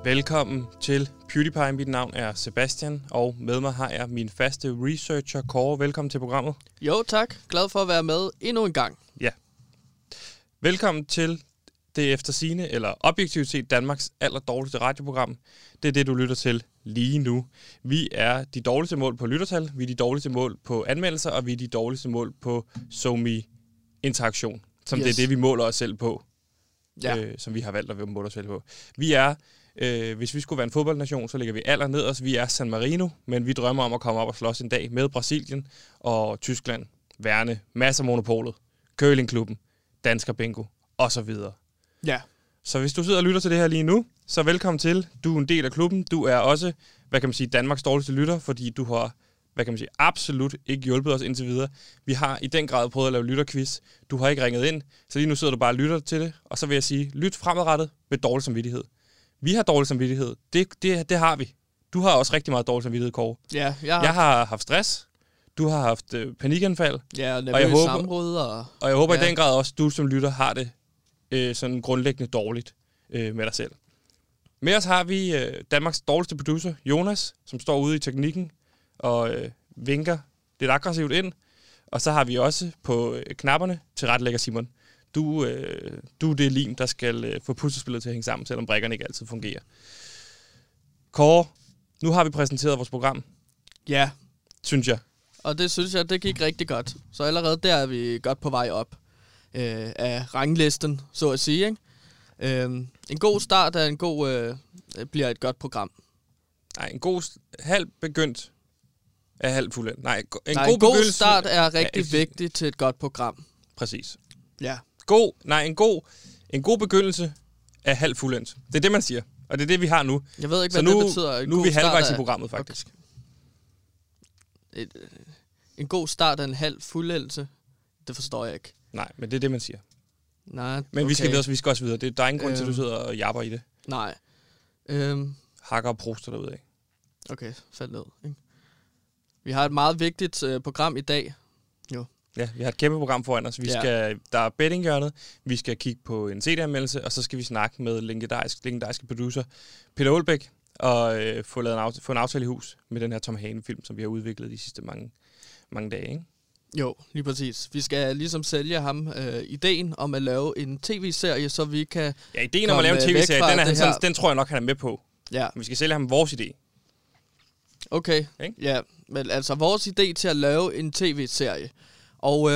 Velkommen til PewDiePie. Mit navn er Sebastian, og med mig har jeg min faste researcher, Kåre. Velkommen til programmet. Jo, tak. Glad for at være med endnu en gang. Ja. Velkommen til det efter sigende, eller objektivt set, Danmarks allerdårligste radioprogram. Det er det, du lytter til lige nu. Vi er de dårligste mål på lyttertal, vi er de dårligste mål på anmeldelser, og vi er de dårligste mål på SoMe-interaktion, som det er det, vi måler os selv på. Ja. Som vi har valgt at måle os selv på. Vi er, hvis vi skulle være en fodboldnation, så ligger vi allernederst. Vi er San Marino, men vi drømmer om at komme op og slås en dag med Brasilien og Tyskland, Værne, masser af Monopolet, Curlingklubben, Dansker Bingo osv. Ja. Så hvis du sidder og lytter til det her lige nu, så velkommen til. Du er en del af klubben. Du er også, Danmarks dårligste lytter, fordi du har, absolut ikke hjulpet os indtil videre. Vi har i den grad prøvet at lave lytterquiz. Du har ikke ringet ind, så lige nu sidder du bare og lytter til det. Og så vil jeg sige, lyt fremadrettet med dårlig samvittighed. Vi har dårlig samvittighed. Det har vi. Du har også rigtig meget dårlig samvittighed, Kåre. Ja, jeg har haft stress. Du har haft panikanfald. Ja, og jeg håber, sammenbrud. Og jeg håber i den grad også, du som lytter har det sådan grundlæggende dårligt med dig selv. Med os har vi Danmarks dårligste producer, Jonas, som står ude i teknikken og vinker lidt aggressivt ind. Og så har vi også på knapperne tilrettelægger Simon. Du er det lim, der skal få puslespillet til at hænge sammen, selvom brikkerne ikke altid fungerer. Kåre, nu har vi præsenteret vores program. Ja. Synes jeg. Og det synes jeg, det gik rigtig godt. Så allerede der er vi godt på vej op af ranglisten, så at sige. Ikke? En god start er bliver et godt program. Nej, en god halv begyndt er halv fuldendt. Nej, en god start er rigtig vigtig til et godt program. Præcis. Ja. En god begyndelse er halv fuldendt. Det er det, man siger. Og det er det, vi har nu. Jeg ved ikke, hvad det betyder. Nu er vi halvvejs i programmet, faktisk. Okay. En god start er en halv fuldendelse. Det forstår jeg ikke. Nej, men det er det, man siger. Nej, men okay. vi skal også videre. Der er ingen grund til, at du sidder og japper i det. Nej. Hakker og proster derud af. Okay, fald ned. Ikke? Vi har et meget vigtigt program i dag. Jo. Ja, vi har et kæmpe program foran os. Der er bettinghjørnet, vi skal kigge på en CD-anmeldelse, og så skal vi snakke med legendariske producer Peter Aalbæk og få en aftale i hus med den her Tom Hane-film, som vi har udviklet de sidste mange dage, ikke? Jo, lige præcis. Vi skal ligesom sælge ham ideen om at lave en tv-serie, så vi kan... Ja, ideen om at lave en tv-serie, den tror jeg nok, han er med på. Ja. Men vi skal sælge ham vores idé. Okay, ikke? Ja. Men altså vores idé til at lave en tv-serie. Og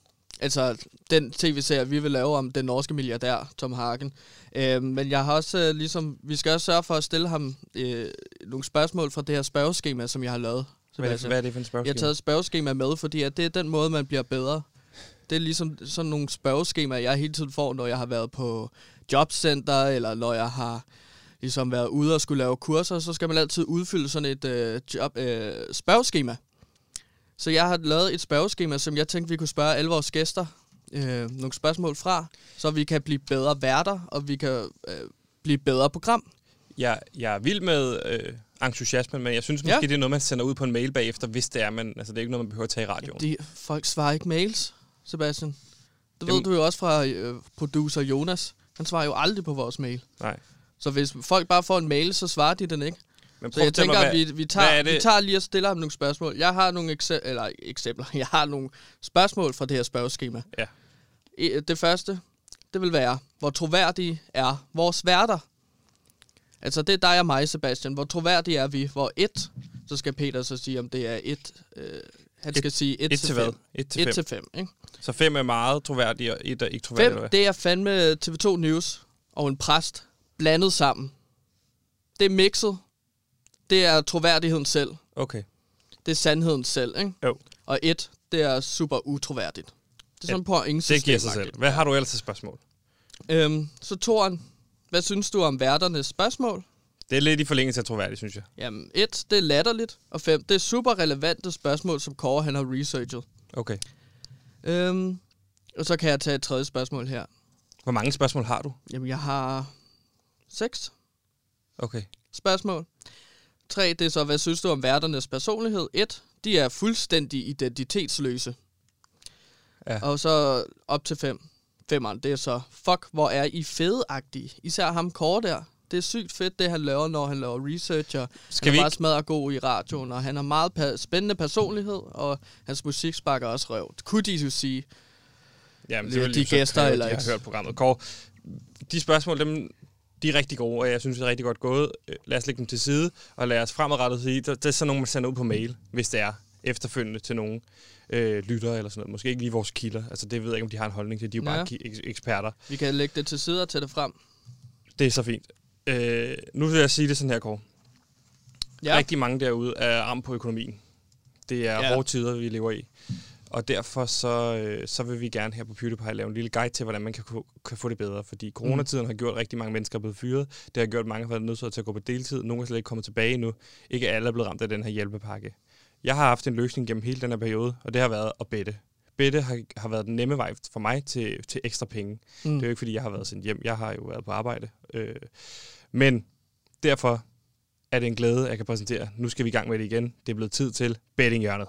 den tv-serie, vi vil lave om den norske milliardær, Tom Hagen. Men jeg har også vi skal også sørge for at stille ham nogle spørgsmål fra det her spørgeskema, som jeg har lavet. Hvad er det for en spørgeskema? Jeg har taget et spørgeskema med, fordi at det er den måde, man bliver bedre. Det er ligesom sådan nogle spørgeskemaer, jeg hele tiden får, når jeg har været på jobcenter, eller når jeg har ligesom været ude og skulle lave kurser, så skal man altid udfylde sådan et spørgeskema. Så jeg har lavet et spørgeskema, som jeg tænkte, vi kunne spørge alle vores gæster nogle spørgsmål fra, så vi kan blive bedre værter, og vi kan blive bedre program. Jeg er vild med entusiasmen, men jeg synes måske, det er noget, man sender ud på en mail bagefter, hvis det er, men altså, det er ikke noget, man behøver at tage i radioen. Folk svarer ikke mails, Sebastian. Det ved du jo også fra producer Jonas. Han svarer jo aldrig på vores mail. Nej. Så hvis folk bare får en mail, så svarer de den ikke. Men så jeg tænker, at vi tager lige og stiller ham nogle spørgsmål. Jeg har nogle eksempler. Jeg har nogle spørgsmål fra det her spørgeskema. Ja. Det første, det vil være, hvor troværdige er vores værter? Altså, det er dig og mig, Sebastian. Hvor troværdige er vi? Hvor 1, så skal Peter så sige, om det er 1. Han skal sige 1 til 5. 1 til 5, ikke? Så 5 er meget troværdige, og 1 er ikke troværdige? 5, det er fandme TV2 News og en præst blandet sammen. Det er mixet. Det er troværdigheden selv. Okay. Det er sandheden selv, ikke? Jo. Og 1, det er super utroværdigt. Det er sådan på ingen system. Det giver sig selv. Hvad har du ellers til spørgsmål? Så Toren, hvad synes du om værternes spørgsmål? Det er lidt i forlængelse af troværdigt, synes jeg. Jamen, 1, det er latterligt, og 5, det er super relevante spørgsmål, som Kåre han har researchet. Okay. Og så kan jeg tage et tredje spørgsmål her. Hvor mange spørgsmål har du? Jamen, jeg har 6. Okay. Spørgsmål. 3, det er så, hvad synes du om værternes personlighed? 1, de er fuldstændig identitetsløse. Ja. Og så op til 5. 5'eren, det er så, fuck, hvor er I fedeagtige. Især ham Kåre der. det er sygt fedt, det han laver, når han laver research, og Skal han vi er bare ikke- smadret god i radioen, og han har meget spændende personlighed, og hans musik sparker også røv. Kunne de jo sige. Jamen, de vil jo så gæster kræve, eller de har ikke. hørt programmet. Kåre, de spørgsmål, de er rigtig gode, og jeg synes, det er rigtig godt gået. Lad os lægge dem til side, og lad os fremadrettet sige, det er sådan nogle, man sender ud på mail, hvis det er efterfølgende til nogen lyttere eller sådan noget. Måske ikke lige vores kilder. Altså, det ved jeg ikke, om de har en holdning til. De er jo bare eksperter. Vi kan lægge det til side og tage det frem. Det er så fint. Nu vil jeg sige det sådan her, Kåre. Ja. Rigtig mange derude er ramt på økonomien. Det er hårde tider, vi lever i. Og derfor så vil vi gerne her på PewDiePie lave en lille guide til, hvordan man kan få det bedre. Fordi coronatiden har gjort, at rigtig mange mennesker er blevet fyret. Det har gjort, at mange har været nødt til at gå på deltid. Nogle er slet ikke kommet tilbage endnu. Ikke alle er blevet ramt af den her hjælpepakke. Jeg har haft en løsning gennem hele den her periode, og det har været at bette. Bette har været den nemme vej for mig til ekstra penge. Det er jo ikke, fordi jeg har været sendt hjem. Jeg har jo været på arbejde. Men derfor er det en glæde, at jeg kan præsentere. Nu skal vi i gang med det igen. Det er blevet tid til bettinghjørnet.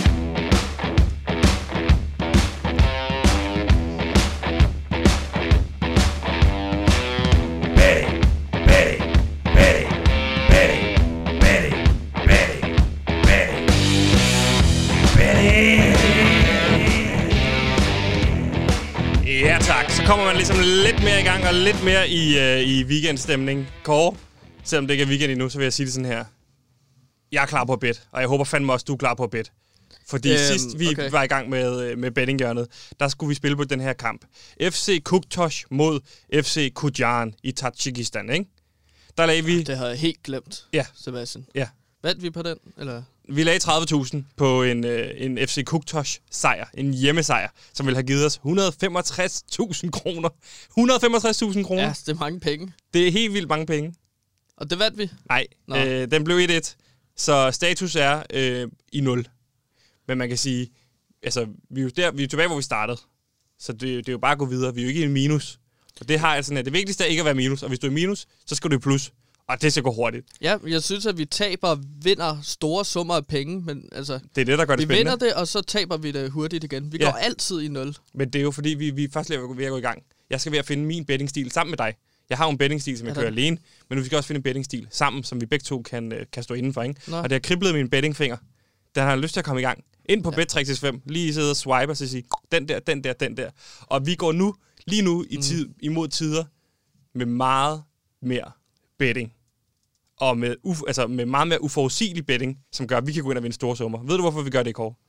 Ja tak, så kommer man ligesom lidt mere i gang og lidt mere i weekendstemning. Kåre, selvom det ikke er weekend endnu, så vil jeg sige det sådan her. Jeg er klar på at bet, og jeg håber fandme også, du er klar på at bet. Fordi sidst vi var i gang med bettinghjørnet, der skulle vi spille på den her kamp. FC Kuktosh mod FC Kujan i Tadsjikistan, ikke? Der lagde vi... Det havde jeg helt glemt, Sebastian. Ja. Vandt vi på den, eller? Vi lagde 30.000 på en FC Kuktosh sejr, en hjemmesejr, som ville have givet os 165.000 kroner. 165.000 kroner? Ja, det er mange penge. Det er helt vildt mange penge. Og det vandt vi? Nej, den blev 1-1. Så status er i 0. Men man kan sige, altså, vi er jo tilbage, hvor vi startede. Så det er jo bare at gå videre. Vi er jo ikke i en minus. Og det har altså det vigtigste er ikke at være minus. Og hvis du er minus, så skal du i plus. Og det skal gå hurtigt. Ja, jeg synes, at vi taber og vinder store summer af penge, men altså... Det er det, der gør det spændende. Vi vinder det, og så taber vi det hurtigt igen. Vi går altid i 0. Men det er jo fordi, vi er først ved at gå i gang. Jeg skal ved at finde min bettingstil sammen med dig. Jeg har jo en bettingstil, som jeg kører alene, men nu skal også finde en bettingstil sammen, som vi begge to kan stå indenfor, ikke? Og det har kriblet min bettingfinger. Den har lyst til at komme i gang. Ind på Bet365, lige sidde og swipe og så sige, den der. Og vi går lige nu imod tider med meget mere betting. Og med meget mere uforudsigelig betting, som gør, at vi kan gå ind og vinde store summer. Ved du, hvorfor vi gør det, Kåre?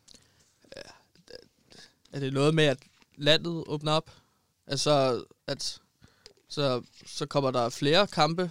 Er det noget med, at landet åbner op? Altså, så kommer der flere kampe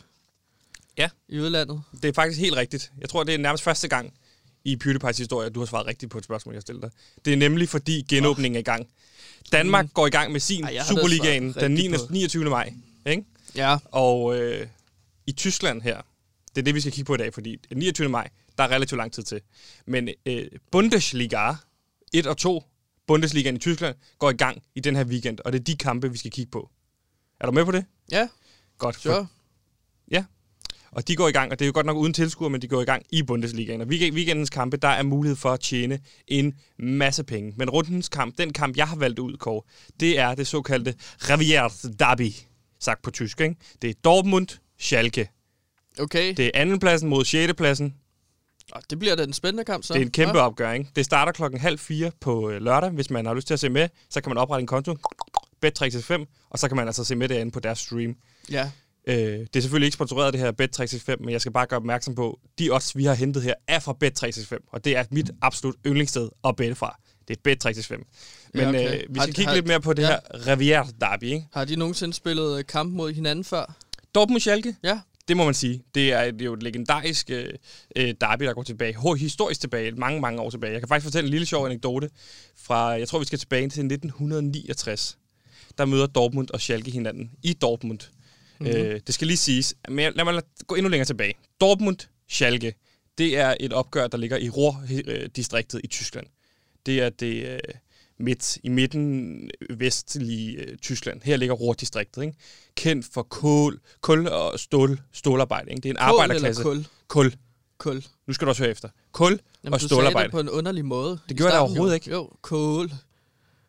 i udlandet? Det er faktisk helt rigtigt. Jeg tror, det er nærmest første gang i PewDiePie's historie, at du har svaret rigtigt på et spørgsmål, jeg stillede dig. Det er nemlig, fordi genåbningen er i gang. Danmark går i gang med sin Superligaen den 29. maj. Ikke? Ja. Og i Tyskland her, det er det, vi skal kigge på i dag, fordi den 29. maj, der er relativt lang tid til. Men Bundesliga 1 og 2, Bundesligaen i Tyskland, går i gang i den her weekend, og det er de kampe, vi skal kigge på. Er du med på det? Ja. Godt. Sure. Ja. Og de går i gang, og det er jo godt nok uden tilskuere, men de går i gang i Bundesligaen. Og weekendens kampe, der er mulighed for at tjene en masse penge. Men rundens kamp, den kamp, jeg har valgt ud, Kåre, det er det såkaldte Revier Derby, sagt på tysk, ikke? Det er Dortmund, Schalke. Okay. Det er andenpladsen mod 6. pladsen. Og det bliver da en spændende kamp, så. Det er en kæmpe opgør, ikke? Det starter 3:30 på lørdag. Hvis man har lyst til at se med, så kan man oprette en konto, Bet365, og så kan man altså se med derinde på deres stream. Ja. Det er selvfølgelig ikke sponsoreret, det her Bet365, men jeg skal bare gøre opmærksom på, de odds, vi har hentet her, er fra Bet365, og det er mit absolut yndlingssted at bette fra. Det er Bet365. Men vi skal kigge lidt mere på det her Revier Derby, ikke? Har de nogensinde spillet kamp mod hinanden før? Dortmund Schalke? Ja. Det må man sige. Det er jo et legendarisk derby, der går tilbage, historisk tilbage, mange år tilbage. Jeg kan faktisk fortælle en lille sjov anekdote fra, jeg tror, vi skal tilbage til 1969. Der møder Dortmund og Schalke hinanden i Dortmund. Det skal lige siges. Men lad mig gå endnu længere tilbage. Dortmund, Schalke, det er et opgør, der ligger i Ruhr-distriktet i Tyskland. Det er det i midten vestlige Tyskland. Her ligger Ruhr-distriktet, ikke? Kendt for kul og stålarbejde. Ikke? Det er en arbejderklasse. Kul eller kul? Kul. Nu skal du også høre efter. Kul og stålarbejde. Du sagde det på en underlig måde. Det gjorde jeg overhovedet ikke. Jo, kul.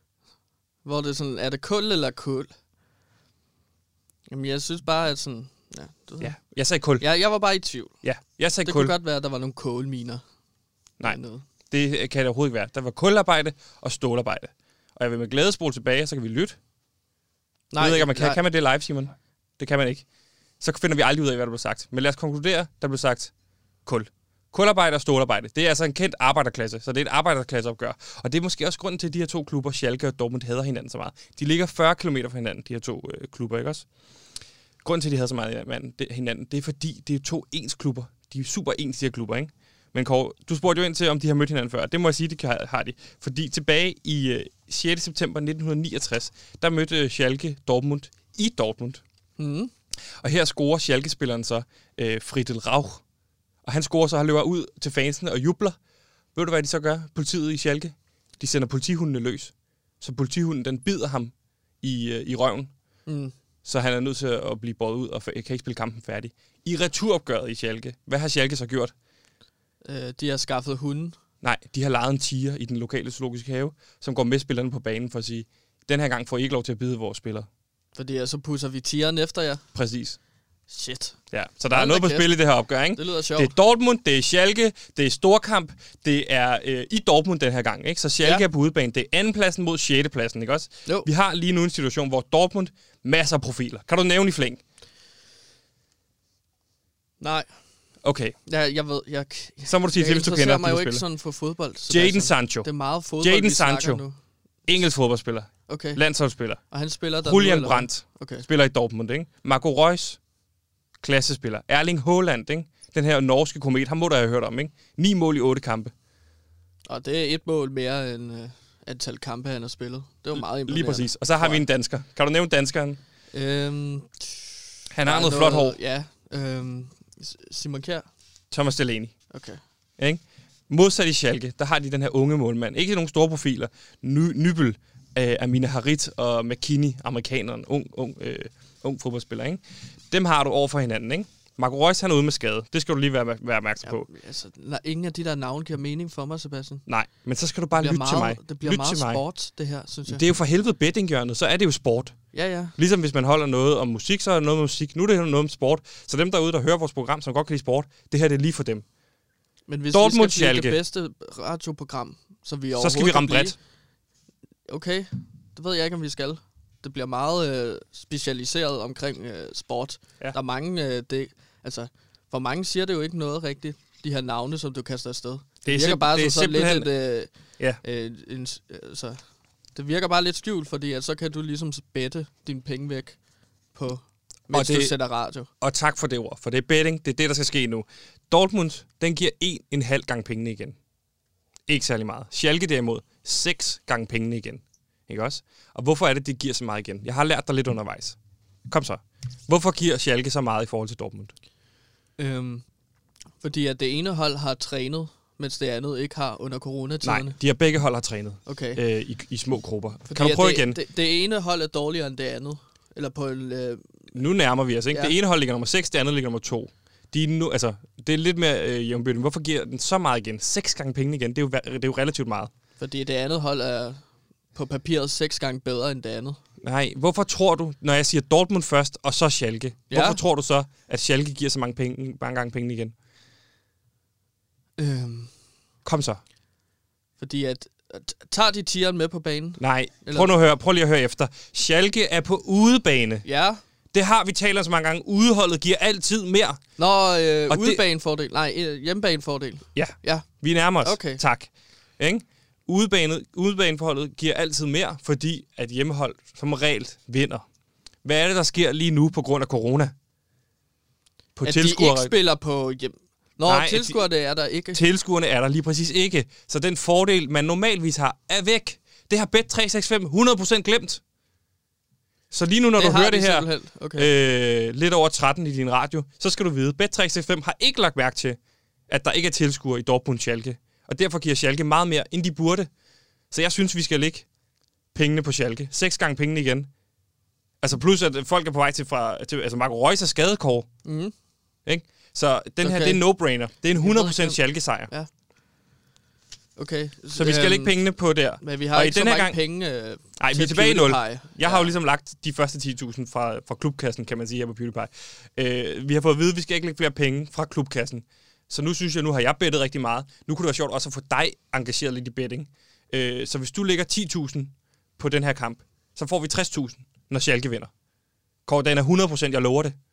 Hvor det sådan, er det kul eller kul? Jamen, jeg synes bare, at sådan, Ja, Ja, jeg sagde kul. Ja, jeg var bare i tvivl. Ja, jeg sagde Det kul. kunne godt være, at der var nogle kulminer. Nej, dernede. det kan det overhovedet ikke være. Der var kularbejde og stålarbejde. Og jeg vil med glæde spole tilbage, så kan vi lytte. Jeg ved ikke, om man kan man det live, Simon? Det kan man ikke. Så finder vi aldrig ud af, hvad der blev sagt. Men lad os konkludere, der blev sagt kul. Kularbejde og stålarbejde. Det er altså en kendt arbejderklasse, så det er et arbejderklasseopgør. Og det er måske også grunden til, at de her to klubber, Schalke og Dortmund, hader hinanden så meget. De ligger 40 km fra hinanden, de her to klubber, ikke også? Grunden til, at de hader så meget hinanden, det er fordi, det er to ens klubber. De er super ens, de her klubber, ikke? Men Kåre, du spurgte jo ind til, om de har mødt hinanden før. Det må jeg sige, det har de. Fordi tilbage i 6. september 1969, der mødte Schalke Dortmund i Dortmund. Mm. Og her scorer Schalke-spilleren så Friedel Rauch. Og han scorer så, han løber ud til fansene og jubler. Ved du, hvad de så gør? Politiet i Schalke? De sender politihundene løs. Så politihunden, den bider ham i røven. Mm. Så han er nødt til at blive båret ud og kan ikke spille kampen færdig. I returopgøret i Schalke, hvad har Schalke så gjort? De har skaffet hunden. Nej, de har lejet en tiger i den lokale zoologiske have, som går med spillerne på banen for at sige, den her gang får I ikke lov til at bide vores spillere. Fordi så pusser vi tigeren efter jer. Præcis. Shit. Ja, så der er noget på spil i det her opgør, ikke? Det lyder sjovt. Det er Dortmund, det er Schalke, det er storkamp, det er i Dortmund den her gang, ikke? Så Schalke er på udebane. Det er andenpladsen mod 6. pladsen, ikke også? Jo. Vi har lige nu en situation, hvor Dortmund masser af profiler. Kan du nævne i flæng? Nej. Okay. Ja, jeg ved, så må du sige til, hvis du kender Jeg interesserer mig jo ikke sådan for fodbold. Jadon Sancho. Det er meget fodbold, Jadon Sancho. Nu. Engelsk fodboldspiller. Okay. Landsholdsspiller. Og han spiller der Julian nu, Brandt. Okay. Spiller i Dortmund, ikke? Marco Reus. Klassespiller. Erling Haaland, ikke? Den her norske komet, ham må du have hørt om, ikke? 9 mål i 8 kampe. Og det er 1 mål mere end antal kampe, han har spillet. Det var meget imponerende. Lige præcis. Og så har vi en dansker. Kan du nævne danskeren? Han har noget flot hår. Ja. Simon Kjær. Thomas Delaney. Okay. Ikke? Modsat i Schalke, der har de den her unge målmand. Ikke nogen store profiler. Nybel, Amina Harit og McKinney, amerikaneren. Ung fodboldspiller, ikke? Dem har du over for hinanden, ikke? Marco Reus, han er ude med skade. Det skal du lige være opmærksom på. Altså, ingen af de der navne giver mening for mig, Sebastian. Nej, men så skal du bare lytte til mig. Det bliver meget sport, det her, synes jeg. Det er jo for helvede bettinghjørnet, så er det jo sport. Ja. Ligesom hvis man holder noget om musik, så er det noget med musik. Nu er det noget om sport. Så dem derude, der hører vores program, som godt kan lide sport, det her det er lige for dem. Men hvis Dortmund, vi skal blive Schalke. det bedste radioprogram, så vi så skal vi ramme bredt. Okay, det ved jeg ikke, om vi skal. Det bliver meget specialiseret omkring sport. Ja. Der er mange, for mange siger det jo ikke noget rigtigt, de her navne, som du kaster afsted. Det virker bare så lidt det virker bare lidt skjult, fordi at så kan du ligesom bette dine penge væk på, mens du sætter radio. Og tak for det ord, for det er betting, det er det, der skal ske nu. Dortmund, den giver 1,5 gange pengene igen. Ikke særlig meget. Schalke derimod, 6 gange pengene igen. Ikke også? Og hvorfor er det giver så meget igen? Jeg har lært dig lidt undervejs. Kom så. Hvorfor giver Schalke så meget i forhold til Dortmund? Fordi at det ene hold har trænet, mens det andet ikke har under coronatiderne. Nej, de har begge hold har trænet. Okay. I små grupper. Fordi kan du prøve igen? Det ene hold er dårligere end det andet. Eller på en... Nu nærmer vi os, ikke? Ja. Det ene hold ligger nummer 6, det andet ligger nummer 2. Det er lidt mere jævnbyrdigt. Hvorfor giver den så meget igen? 6 gange penge igen, det er jo relativt meget. Fordi det andet hold er på papiret 6 gange bedre end det andet. Nej, hvorfor tror du, når jeg siger Dortmund først, og så Schalke, hvorfor tror du så, at Schalke giver så mange gange penge igen? Kom så. Fordi at tager de tieren med på banen? Nej, prøv lige at høre efter. Schalke er på udebane. Ja. Det har vi talt om så mange gange. Udeholdet giver altid mere. Udebanefordel. Hjemmebanefordel. Ja, vi nærmer os. Okay. Tak. Ikke? Udebaneforholdet giver altid mere, fordi at hjemmehold som regel vinder. Hvad er det, der sker lige nu på grund af corona? At de ikke spiller på hjem... tilskuerne er der ikke. Tilskuerne er der lige præcis ikke. Så den fordel, man normalvis har, er væk. Det har Bet365 100% glemt. Så lige nu, når du hører det her lidt over 13 i din radio, så skal du vide, Bet365 har ikke lagt mærke til, at der ikke er tilskuere i Dortmund Schalke. Og derfor giver Schalke meget mere, end de burde. Så jeg synes, vi skal lægge pengene på Schalke. 6 gange pengene igen. Altså plus, at folk er på vej til altså Marco Reus er skadekår. Mm. Ikke? Så den her, det er en no-brainer. Det er en 100% Schalke-sejr. Ja. Okay. Så vi skal lægge pengene på der. Men vi har ikke så mange penge Nej, vi er tilbage i 0. Jeg har jo ligesom lagt de første 10.000 fra klubkassen, kan man sige, her på PewDiePie. Vi har fået at vide, at vi skal ikke lægge flere penge fra klubkassen. Så nu synes jeg, nu har jeg bettet rigtig meget. Nu kunne det være sjovt også at få dig engageret lidt i betting. Så hvis du lægger 10.000 på den her kamp, så får vi 60.000, når Schalke vinder. Kåre, den er 100%, jeg lover det.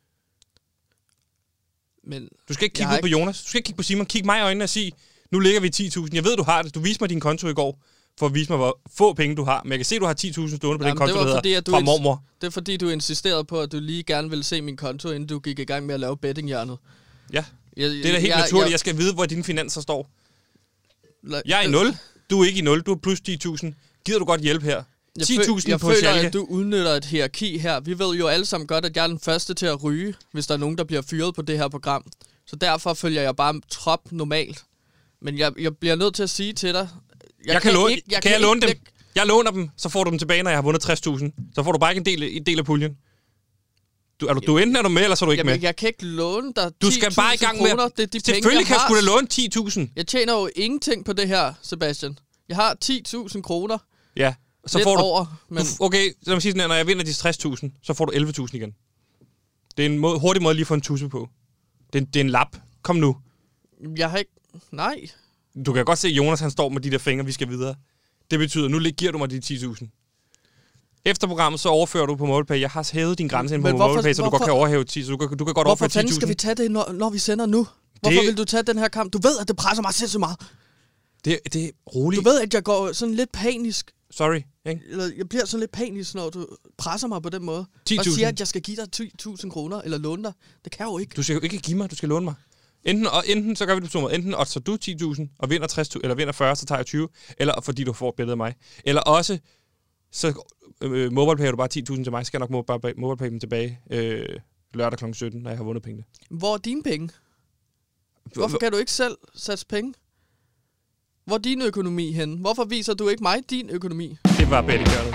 Men du skal ikke kigge ud på Jonas. Du skal ikke kigge på Simon. Kig mig i øjnene og sige, nu lægger vi 10.000. Jeg ved, du har det. Du viste mig din konto i går, for at vise mig, hvor få penge du har. Men jeg kan se, du har 10.000 stående på den konto, der hedder fra mormor. Det er fordi, du insisterede på, at du lige gerne ville se min konto, inden du gik i gang med at lave bettinghjørnet. Ja, det er da helt naturligt. Jeg skal vide, hvor dine finanser står. Jeg er i 0. Du er ikke i 0. Du er plus 10.000. Gider du godt hjælp her? 10.000 på Schalke. Jeg føler, at du udnytter et hierarki her. Vi ved jo alle sammen godt, at jeg er den første til at ryge, hvis der er nogen, der bliver fyret på det her program. Så derfor følger jeg bare trop normalt. Men jeg bliver nødt til at sige til dig... Kan jeg låne dem? Jeg låner dem, så får du dem tilbage, når jeg har vundet 60.000. Så får du bare ikke en del af puljen. Du enten er du med, eller så er du ikke med. Jeg kan ikke låne dig 10.000 Du skal bare i gang med... kroner. Det er de selvfølgelig penge, kan du da låne 10.000. Jeg tjener jo ingenting på det her, Sebastian. Jeg har 10.000 kroner. Ja, så lidt får du... over, men... Okay, så man sige sådan, når jeg vinder de 60.000, så får du 11.000 igen. Det er en hurtig måde lige at få en tusse på. Det er en lap. Kom nu. Jeg har ikke... Nej. Du kan godt se, at Jonas han står med de der fingre, vi skal videre. Det betyder, nu giver du mig de 10.000. Efter programmet, så overfører du på MobilePay. Jeg har hævet din grænse ind på MobilePay, så du godt kan overhæve 10, så du kan godt overføre 10.000. Hvorfor fanden skal vi tage det, når vi sender nu? Hvorfor vil du tage den her kamp? Du ved, at det presser mig sindssygt meget. Det er roligt. Du ved, at jeg går sådan lidt panisk. Sorry, ikke? Eller jeg bliver sådan lidt panisk, når du presser mig på den måde. 10.000. Og siger, at jeg skal give dig 10.000 kroner, eller låne dig. Det kan jeg jo ikke. Du skal jo ikke give mig, du skal låne mig. Enten så gør vi det på to måder. Enten oddser du 10.000 og vinder 60, eller vinder 40, så tager jeg 20. Eller fordi du får bedre af mig. Eller også, så MobilePay du bare 10.000 til mig. Så skal jeg nok MobilePay dem tilbage lørdag kl. 17, når jeg har vundet pengene. Hvor er dine penge? Hvorfor kan du ikke selv satse penge? Hvor er din økonomi henne? Hvorfor viser du ikke mig din økonomi? Det var bettinghjørnet.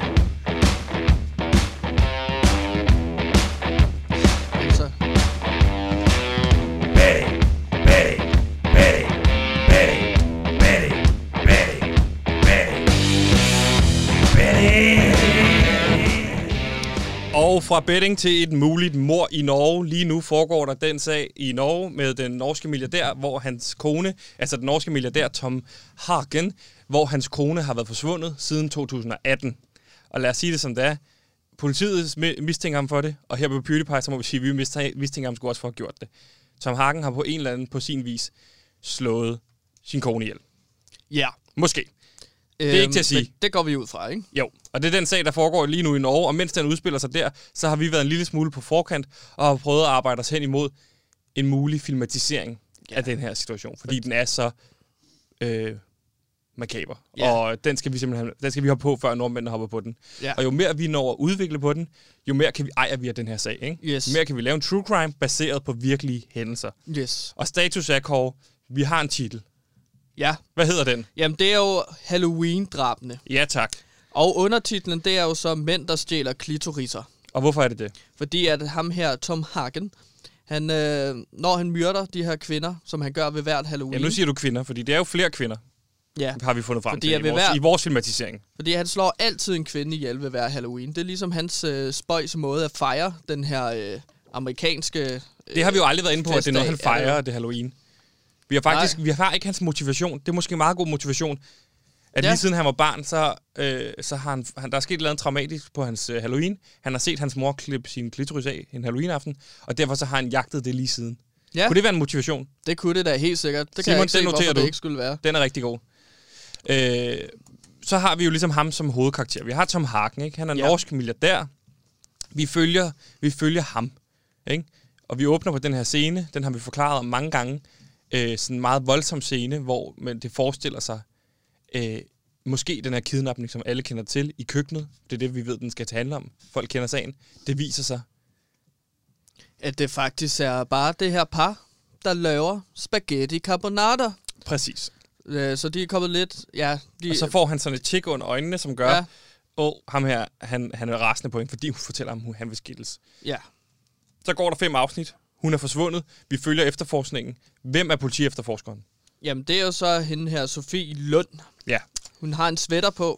Altså. Og fra betting til et muligt mord i Norge. Lige nu foregår der den sag i Norge med den norske milliardær, hvor hans kone, altså den norske milliardær Tom Hagen, hvor hans kone har været forsvundet siden 2018. Og lad os sige det som det er. Politiet mistænker ham for det, og her på PewDiePie, så må vi sige, at vi mistænker ham sgu også for at have gjort det. Tom Hagen har på en eller anden, på sin vis, slået sin kone ihjel. Ja. Måske. Det er ikke til at sige. Det går vi ud fra, ikke? Jo, og det er den sag, der foregår lige nu i Norge, og mens den udspiller sig der, så har vi været en lille smule på forkant, og har prøvet at arbejde os hen imod en mulig filmatisering af den her situation, fordi den er så makaber. Ja. Og den skal vi simpelthen hoppe på, før nordmændene hopper på den. Ja. Og jo mere vi når at udvikle på den, jo mere kan vi ejer vi af den her sag, ikke? Yes. Jo mere kan vi lave en true crime baseret på virkelige hændelser. Yes. Og status er, Kåre, vi har en titel. Ja. Hvad hedder den? Jamen, det er jo Halloween-drabene. Ja, tak. Og undertitlen, det er jo så mænd, der stjæler klitoriser. Og hvorfor er det det? Fordi at ham her, Tom Hagen, han, når han myrder de her kvinder, som han gør ved hvert Halloween... Ja, nu siger du kvinder, fordi det er jo flere kvinder, har vi fundet frem til i vores filmatisering. Fordi han slår altid en kvinde ihjel ved hver Halloween. Det er ligesom hans spøjs måde at fejre den her amerikanske... Det har vi jo aldrig været inde på, at det er noget, han fejrer, det Halloween. Vi har ikke hans motivation. Det er måske en meget god motivation. At lige siden han var barn, så har der er sket noget traumatisk på hans Halloween. Han har set hans mor klippe sin klitoris af en Halloween-aften, og derfor så har han jagtet det lige siden. Ja. Kunne det være en motivation? Det kunne det da helt sikkert. Det Simon, kan jeg ikke se, hvorfor det ikke skulle være. Den er rigtig god. Så har vi jo ligesom ham som hovedkarakter. Vi har Tom Hagen, ikke? Han er norsk milliardær. Vi følger ham, ikke? Og vi åbner på den her scene. Den har vi forklaret om mange gange. Sådan en meget voldsom scene, hvor det forestiller sig måske den her kidnapning, som alle kender til, i køkkenet. Det er det, vi ved, den skal handle om. Folk kender sagen. Det viser sig, at det faktisk er bare det her par, der laver spaghetti carbonara. Præcis. Så de er kommet lidt... Ja, og så får han sådan et tjek under øjnene, som gør, ham her, han er rasende på hende, fordi hun fortæller ham, at han vil skilles. Ja. Så går der 5 afsnit. Hun er forsvundet. Vi følger efterforskningen. Hvem er politiefterforskeren? Jamen, det er jo så hende her, Sofie Lund. Ja. Hun har en sweater på.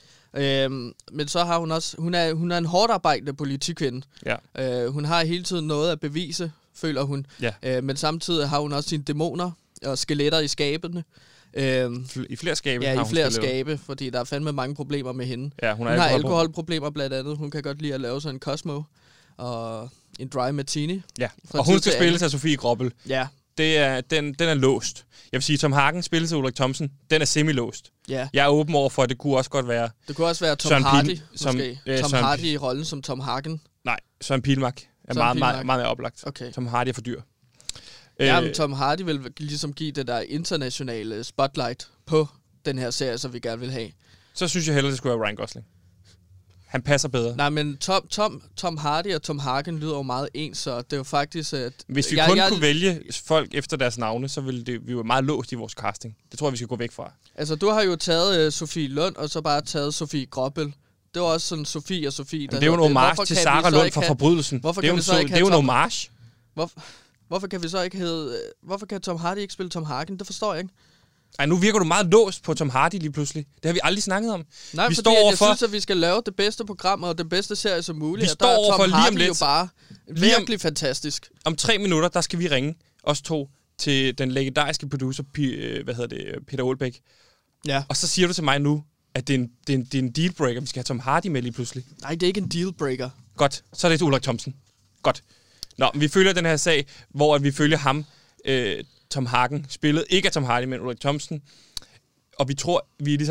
Men så har hun også... Hun er en hårdt arbejdende politikvinde. Ja. Hun har hele tiden noget at bevise, føler hun. Ja. Men samtidig har hun også sine dæmoner og skeletter i skabene. I flere skabe? Ja, i flere skabe, fordi der er fandme mange problemer med hende. Ja, hun har alkoholproblemer blandt andet. Hun kan godt lide at lave sådan en Cosmo og en dry martini. Ja, og hun skal spille sig Sofie Gråbøl. Ja. Den er låst. Jeg vil sige, Tom Hagen spiller sig Ulrik Thomsen. Den er semi-låst. Ja. Jeg er åben over for, at det kunne også godt være... Det kunne også være Tom Hardy, måske. Tom Hardy i rollen som Tom Hagen. Nej, Søren Pilmark er meget mere oplagt. Okay. Tom Hardy er for dyr. Ja, men Tom Hardy vil ligesom give det der internationale spotlight på den her serie, som vi gerne vil have. Så synes jeg hellere, det skulle være Ryan Gosling. Han passer bedre. Nej, men Tom Hardy og Tom Hagen lyder jo meget ens, så det er jo faktisk... Hvis vi kunne vælge folk efter deres navne, så ville vi jo meget låst i vores casting. Det tror jeg, vi skal gå væk fra. Altså, du har jo taget Sofie Lund, og så bare taget Sofie Gråbøl. Det var også sådan Sofie og Sofie... Jamen, det er jo en homage til Sarah Lund fra Forbrydelsen. Det er jo en homage. Hvorfor kan vi så ikke hedde... Hvorfor kan Tom Hardy ikke spille Tom Hagen? Det forstår jeg ikke. Ej, nu virker du meget låst på Tom Hardy lige pludselig. Det har vi aldrig snakket om. Nej, vi fordi jeg synes, at vi skal lave det bedste program og det bedste serie som muligt. Vi står overfor lige om lidt. Jo bare virkelig fantastisk. Om 3 minutter, der skal vi ringe, os to, til den legendariske producer, Peter Aalbæk. Ja. Og så siger du til mig nu, at det er en dealbreaker. Vi skal have Tom Hardy med lige pludselig. Nej, det er ikke en dealbreaker. Godt, så er det Ulrik Thomsen. Godt. Nå, vi følger den her sag, hvor vi følger ham, Tom Hagen, spillet ikke af Tom Hardy, men Ulrik Thomsen. Og vi tror,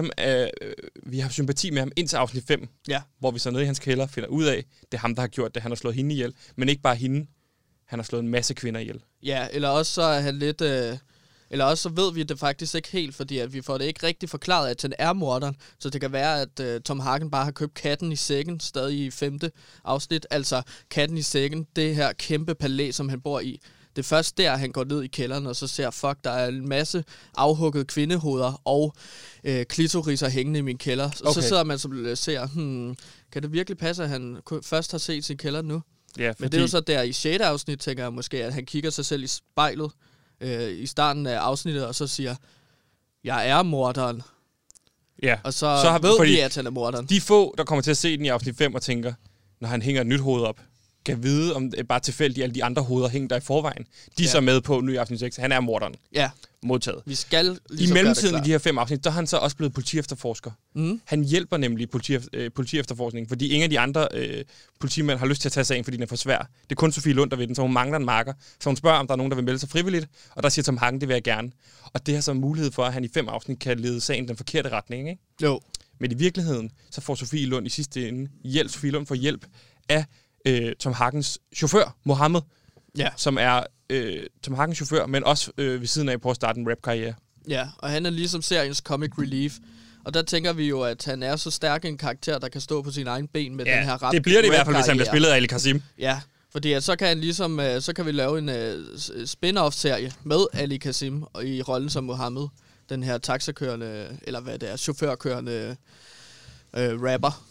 vi har sympati med ham indtil afsnit 5, hvor vi så nede i hans kælder finder ud af, det er ham, der har gjort det. Han har slået hende ihjel, men ikke bare hende. Han har slået en masse kvinder ihjel. Ja, eller også så er han lidt... Eller også så ved vi det faktisk ikke helt, fordi at vi får det ikke rigtig forklaret, at han er morderen. Så det kan være, at Tom Hagen bare har købt katten i sækken, stadig i 5. afsnit. Altså katten i sækken, det her kæmpe palæ, som han bor i. Det er først der, han går ned i kælderen, og så ser, fuck, der er en masse afhuggede kvindehoveder og klitoriser hængende i min kælder. Okay. Så sidder man og ser, kan det virkelig passe, at han først har set sin kælder nu? Ja, fordi... Men det er jo så der i 6. afsnit, tænker jeg måske, at han kigger sig selv i spejlet i starten af afsnittet, og så siger, jeg er morderen. Ja. Og så ved vi, at han er morderen. De få, der kommer til at se den i afsnit 5 og tænker, når han hænger et nyt hoved op, kan vide, om det er bare tilfældigt, alle de andre hoveder hænger der i forvejen. De er så med på nu i afsnit 6. Han er morderen. Ja. Modtaget. Vi skal i mellemtiden i de her 5 afsnit, der er han så også blevet politiefterforsker. Han hjælper nemlig politiefterforskningen, fordi ingen af de andre politimænd har lyst til at tage sagen, fordi den er for svær. Det er kun Sofie Lund, der ved den, så hun mangler en marker. Så hun spørger, om der er nogen, der vil melde sig frivilligt, og der siger Tom Hagen, det vil jeg gerne. Og det har så mulighed for, at han i 5 afsnit kan lede sagen den forkerte retning, ikke? Jo. Men i virkeligheden, så får Sofie Lund i sidste ende hjælp. Sofie Lund får hjælp af Tom Hagens chauffør, Mohammed, som er Tom Hagens chauffør, men også ved siden af på at starte en rap-karriere. Ja, og han er ligesom seriens comic relief. Og der tænker vi jo, at han er så stærk en karakter, der kan stå på sine egne ben med den her rap. Det bliver det i hvert fald, hvis han bliver spillet af Ali Kasim. Ja, fordi at så kan han ligesom, så kan vi lave en spin-off-serie med Ali Kasim i rollen som Mohammed, den her taxakørende, eller hvad det er, chaufførkørende rapper.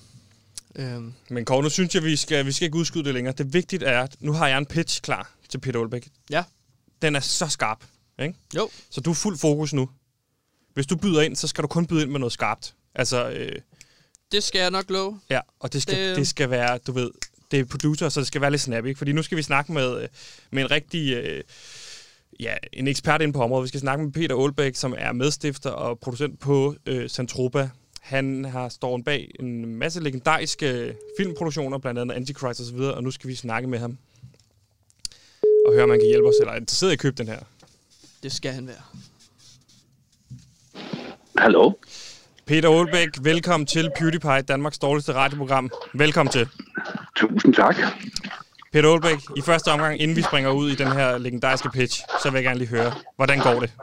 Men Kåre, nu synes jeg, vi skal ikke udskyde det længere. Det vigtige er, at nu har jeg en pitch klar til Peter Aalbæk. Ja. Den er så skarp, ikke? Jo. Så du er fuld fokus nu. Hvis du byder ind, så skal du kun byde ind med noget skarpt. Altså... det skal jeg nok love. Ja, og det skal være, du ved, det er producer, så det skal være lidt snappy, ikke? Fordi nu skal vi snakke med en rigtig... en ekspert inde på området. Vi skal snakke med Peter Aalbæk, som er medstifter og producent på Santropa. Han har stået bag en masse legendariske filmproduktioner, blandt andet Antichrist og så videre, og nu skal vi snakke med ham og høre, om han kan hjælpe os, eller er interesseret i at købe den her. Det skal han være. Hallo? Peter Aalbæk, velkommen til PewDiePie, Danmarks dårligste radioprogram. Velkommen til. Tusind tak. Peter Aalbæk, i første omgang, inden vi springer ud i den her legendariske pitch, så vil jeg gerne lige høre, hvordan går det?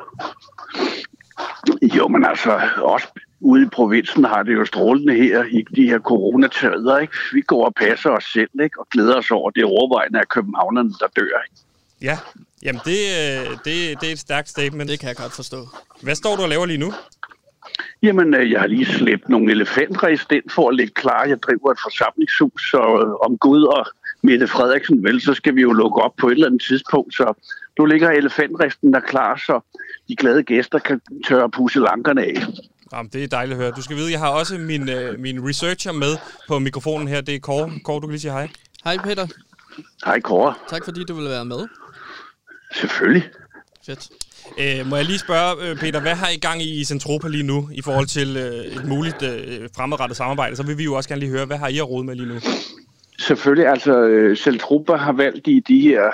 Jo, men altså, også ude i provinsen har det jo strålende her i de her coronatider, ikke? Vi går og passer os selv, ikke? Og glæder os over det overvejende af københavnerne, der dør, ikke? Ja, jamen det er et stærkt statement. Det kan jeg godt forstå. Hvad står du og laver lige nu? Jamen, jeg har lige slæbt nogle elefantræs ind for at lægge klar. Jeg driver et forsamlingshus, så om Gud og Mette Frederiksen, vel, så skal vi jo lukke op på et eller andet tidspunkt. Så nu ligger elefantristen der klar, så de glade gæster kan tørre pusselankerne af. Jamen, det er dejligt at høre. Du skal vide, jeg har også min researcher med på mikrofonen her. Det er Kåre. Kåre, du kan lige sige hej. Hej Peter. Hej Kåre. Tak fordi du ville være med. Selvfølgelig. Fedt. Må jeg lige spørge, Peter, hvad har I gang i Zentropa lige nu i forhold til et muligt fremadrettet samarbejde? Så vil vi jo også gerne lige høre, hvad har I at rode med lige nu? Selvfølgelig, altså Zentropa har valgt i de her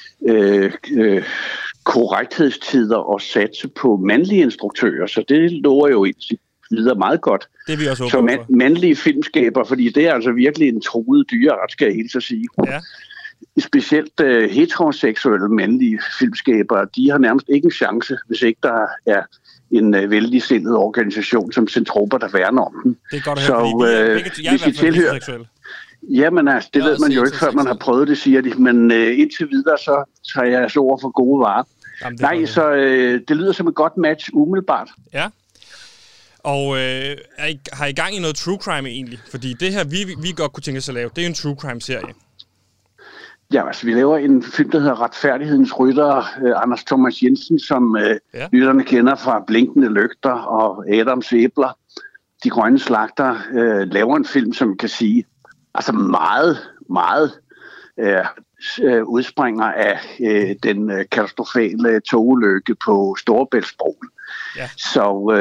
korrekthedstider at satse på mandlige instruktører, så det lover jo indtil videre meget godt. Det er vi også så mandlige filmskaber, fordi det er altså virkelig en truet dyreret, skal jeg helt så sige. Ja. Specielt heteroseksuelle mandlige filmskabere, de har nærmest ikke en chance, hvis ikke der er en vældig sindet organisation som Zentropa, der værner om dem. Det er godt at høre, fordi jeg er i hvert fald heteroseksuel. Jamen altså, det ved man jo ikke, før man har prøvet det, siger de. Men indtil videre, så tager jeg altså over for gode varer. Jamen, nej, så det lyder som et godt match umiddelbart. Ja. Og har I gang i noget true crime egentlig? Fordi det her, vi godt kunne tænke os at lave, det er en true crime-serie. Ja, altså vi laver en film, der hedder Retfærdighedens Rytter. Anders Thomas Jensen, som lytterne kender fra Blinkende Lygter og Adams Æbler. De grønne slagter laver en film, som kan sige, altså meget udspringer af den katastrofale togulykke på Storebæltsbroen. Ja. Så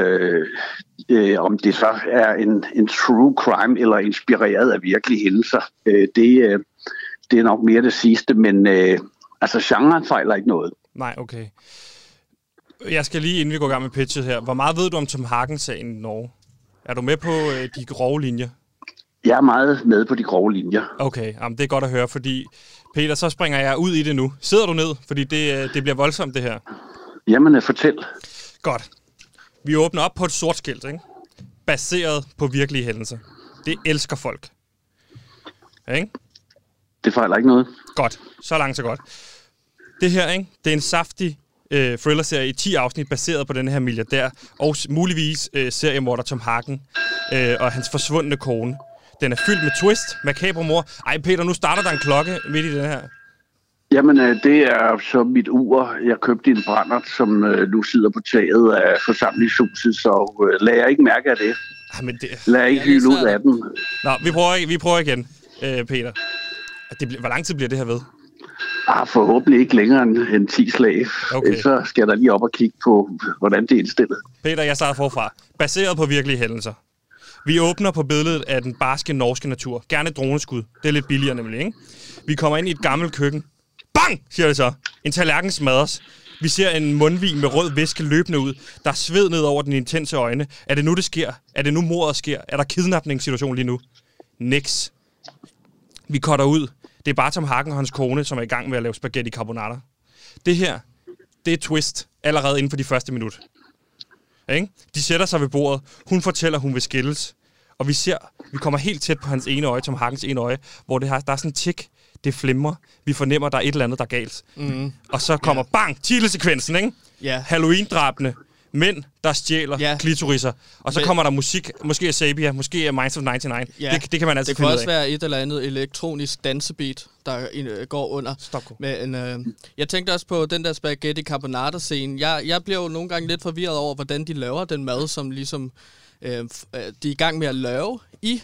om det så er en true crime eller inspireret af virkelige hændelser, det er nok mere det sidste, men altså genren fejler ikke noget. Nej, okay. Jeg skal lige, inden vi går i gang med pitchet her, hvor meget ved du om Tom Hagen-sagen i Norge? Er du med på de grove linjer? Jeg er meget med på de grove linjer. Okay, jamen, det er godt at høre, fordi Peter, så springer jeg ud i det nu. Sidder du ned? Fordi det bliver voldsomt, det her. Jamen, fortæl. Godt. Vi åbner op på et sort skilt, ikke? Baseret på virkelige hændelser. Det elsker folk. Ja, ikke? Det fejler ikke noget. Godt. Så langt, så godt. Det her, ikke? Det er en saftig thriller-serie i 10 afsnit, baseret på den her milliardær, og muligvis seriemorder Tom Hagen og hans forsvundne kone. Den er fyldt med twist, makabre mor. Ej, Peter, nu starter der en klokke midt i den her. Jamen, det er så mit ur. Jeg købte en brændert, som nu sidder på taget af forsamlingshuset, så lad jeg ikke mærke af det. Jamen, lad jeg ikke hyle ud af den. Nå, vi prøver igen, Peter. Hvor lang tid bliver det her ved? Forhåbentlig ikke længere end 10 slag. Okay. Så skal jeg da lige op og kigge på, hvordan det er indstillet. Peter, jeg starter forfra. Baseret på virkelige hændelser. Vi åbner på billedet af den barske norske natur. Gerne droneskud. Det er lidt billigere nemlig, ikke? Vi kommer ind i et gammelt køkken. Bang, siger det så. En tallerken smadres. Vi ser en mundvig med rød væske løbende ud. Der er sved ned over den intense øjne. Er det nu, det sker? Er det nu, mordet sker? Er der kidnapningssituation lige nu? Nix. Vi cutter ud. Det er bare Tom Hagen og hans kone, som er i gang med at lave spaghetti carbonara. Det her, det er twist allerede inden for de første minut. Ikke? De sætter sig ved bordet. Hun fortæller, hun vil skilles. Og vi kommer helt tæt på hans ene øje, Tom Hagens ene øje, hvor der er sådan en tik. Det flimrer. Vi fornemmer, der er et eller andet, der er galt. Mm. Og så kommer bang, titelsekvensen, ikke? Yeah. Halloween-drabene. Mænd, der stjæler klitoriser. Og så kommer der musik. Måske er Sabia, måske er Minds of 99. Yeah. Det kan man altså finde ud af. Det kan også være et eller andet elektronisk dansebeat, der går under. Men jeg tænkte også på den der spaghetti carbonara-scene. Jeg bliver jo nogle gange lidt forvirret over, hvordan de laver den mad, som ligesom de er i gang med at lave i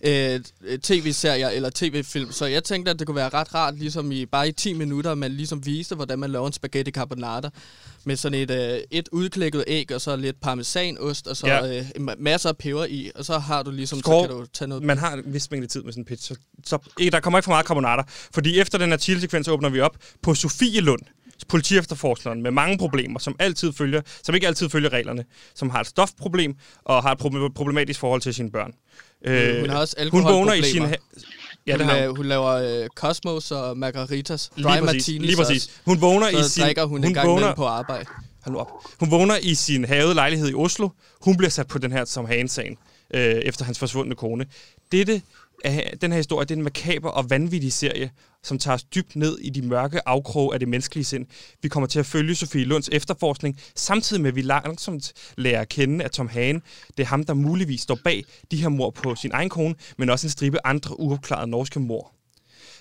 tv-serier eller tv-film. Så jeg tænkte, at det kunne være ret rart, ligesom bare i 10 minutter, man ligesom viste, hvordan man laver en spaghetti carbonara med sådan et udklækket æg, og så lidt parmesanost, og så masser af peber i, og så har du ligesom, så kan du tage noget. Man har en vis mængde tid med sådan en pizza. Så der kommer ikke for meget carbonara, fordi efter den her titelsekvens åbner vi op på Sofielund, politiefterforskeren med mange problemer, som ikke altid følger reglerne, som har et stofproblem og har et problematisk forhold til sine børn. Hun har også alkoholproblemer. Hun laver Cosmos og Margaritas, dry martinis. Lige præcis. Hun vågner så drikker hun en gang imellem på arbejde. Hun vågner i sin havede lejlighed i Oslo. Hun bliver sat på den her Tom Hagen-sagen efter hans forsvundne kone. Den her historie, det er en makaber og vanvittig serie, som tager os dybt ned i de mørke afkroge af det menneskelige sind. Vi kommer til at følge Sofie Lunds efterforskning, samtidig med, at vi langsomt lærer at kende, at Tom Hagen, det er ham, der muligvis står bag de her mord på sin egen kone, men også en stribe andre uopklarede norske mord.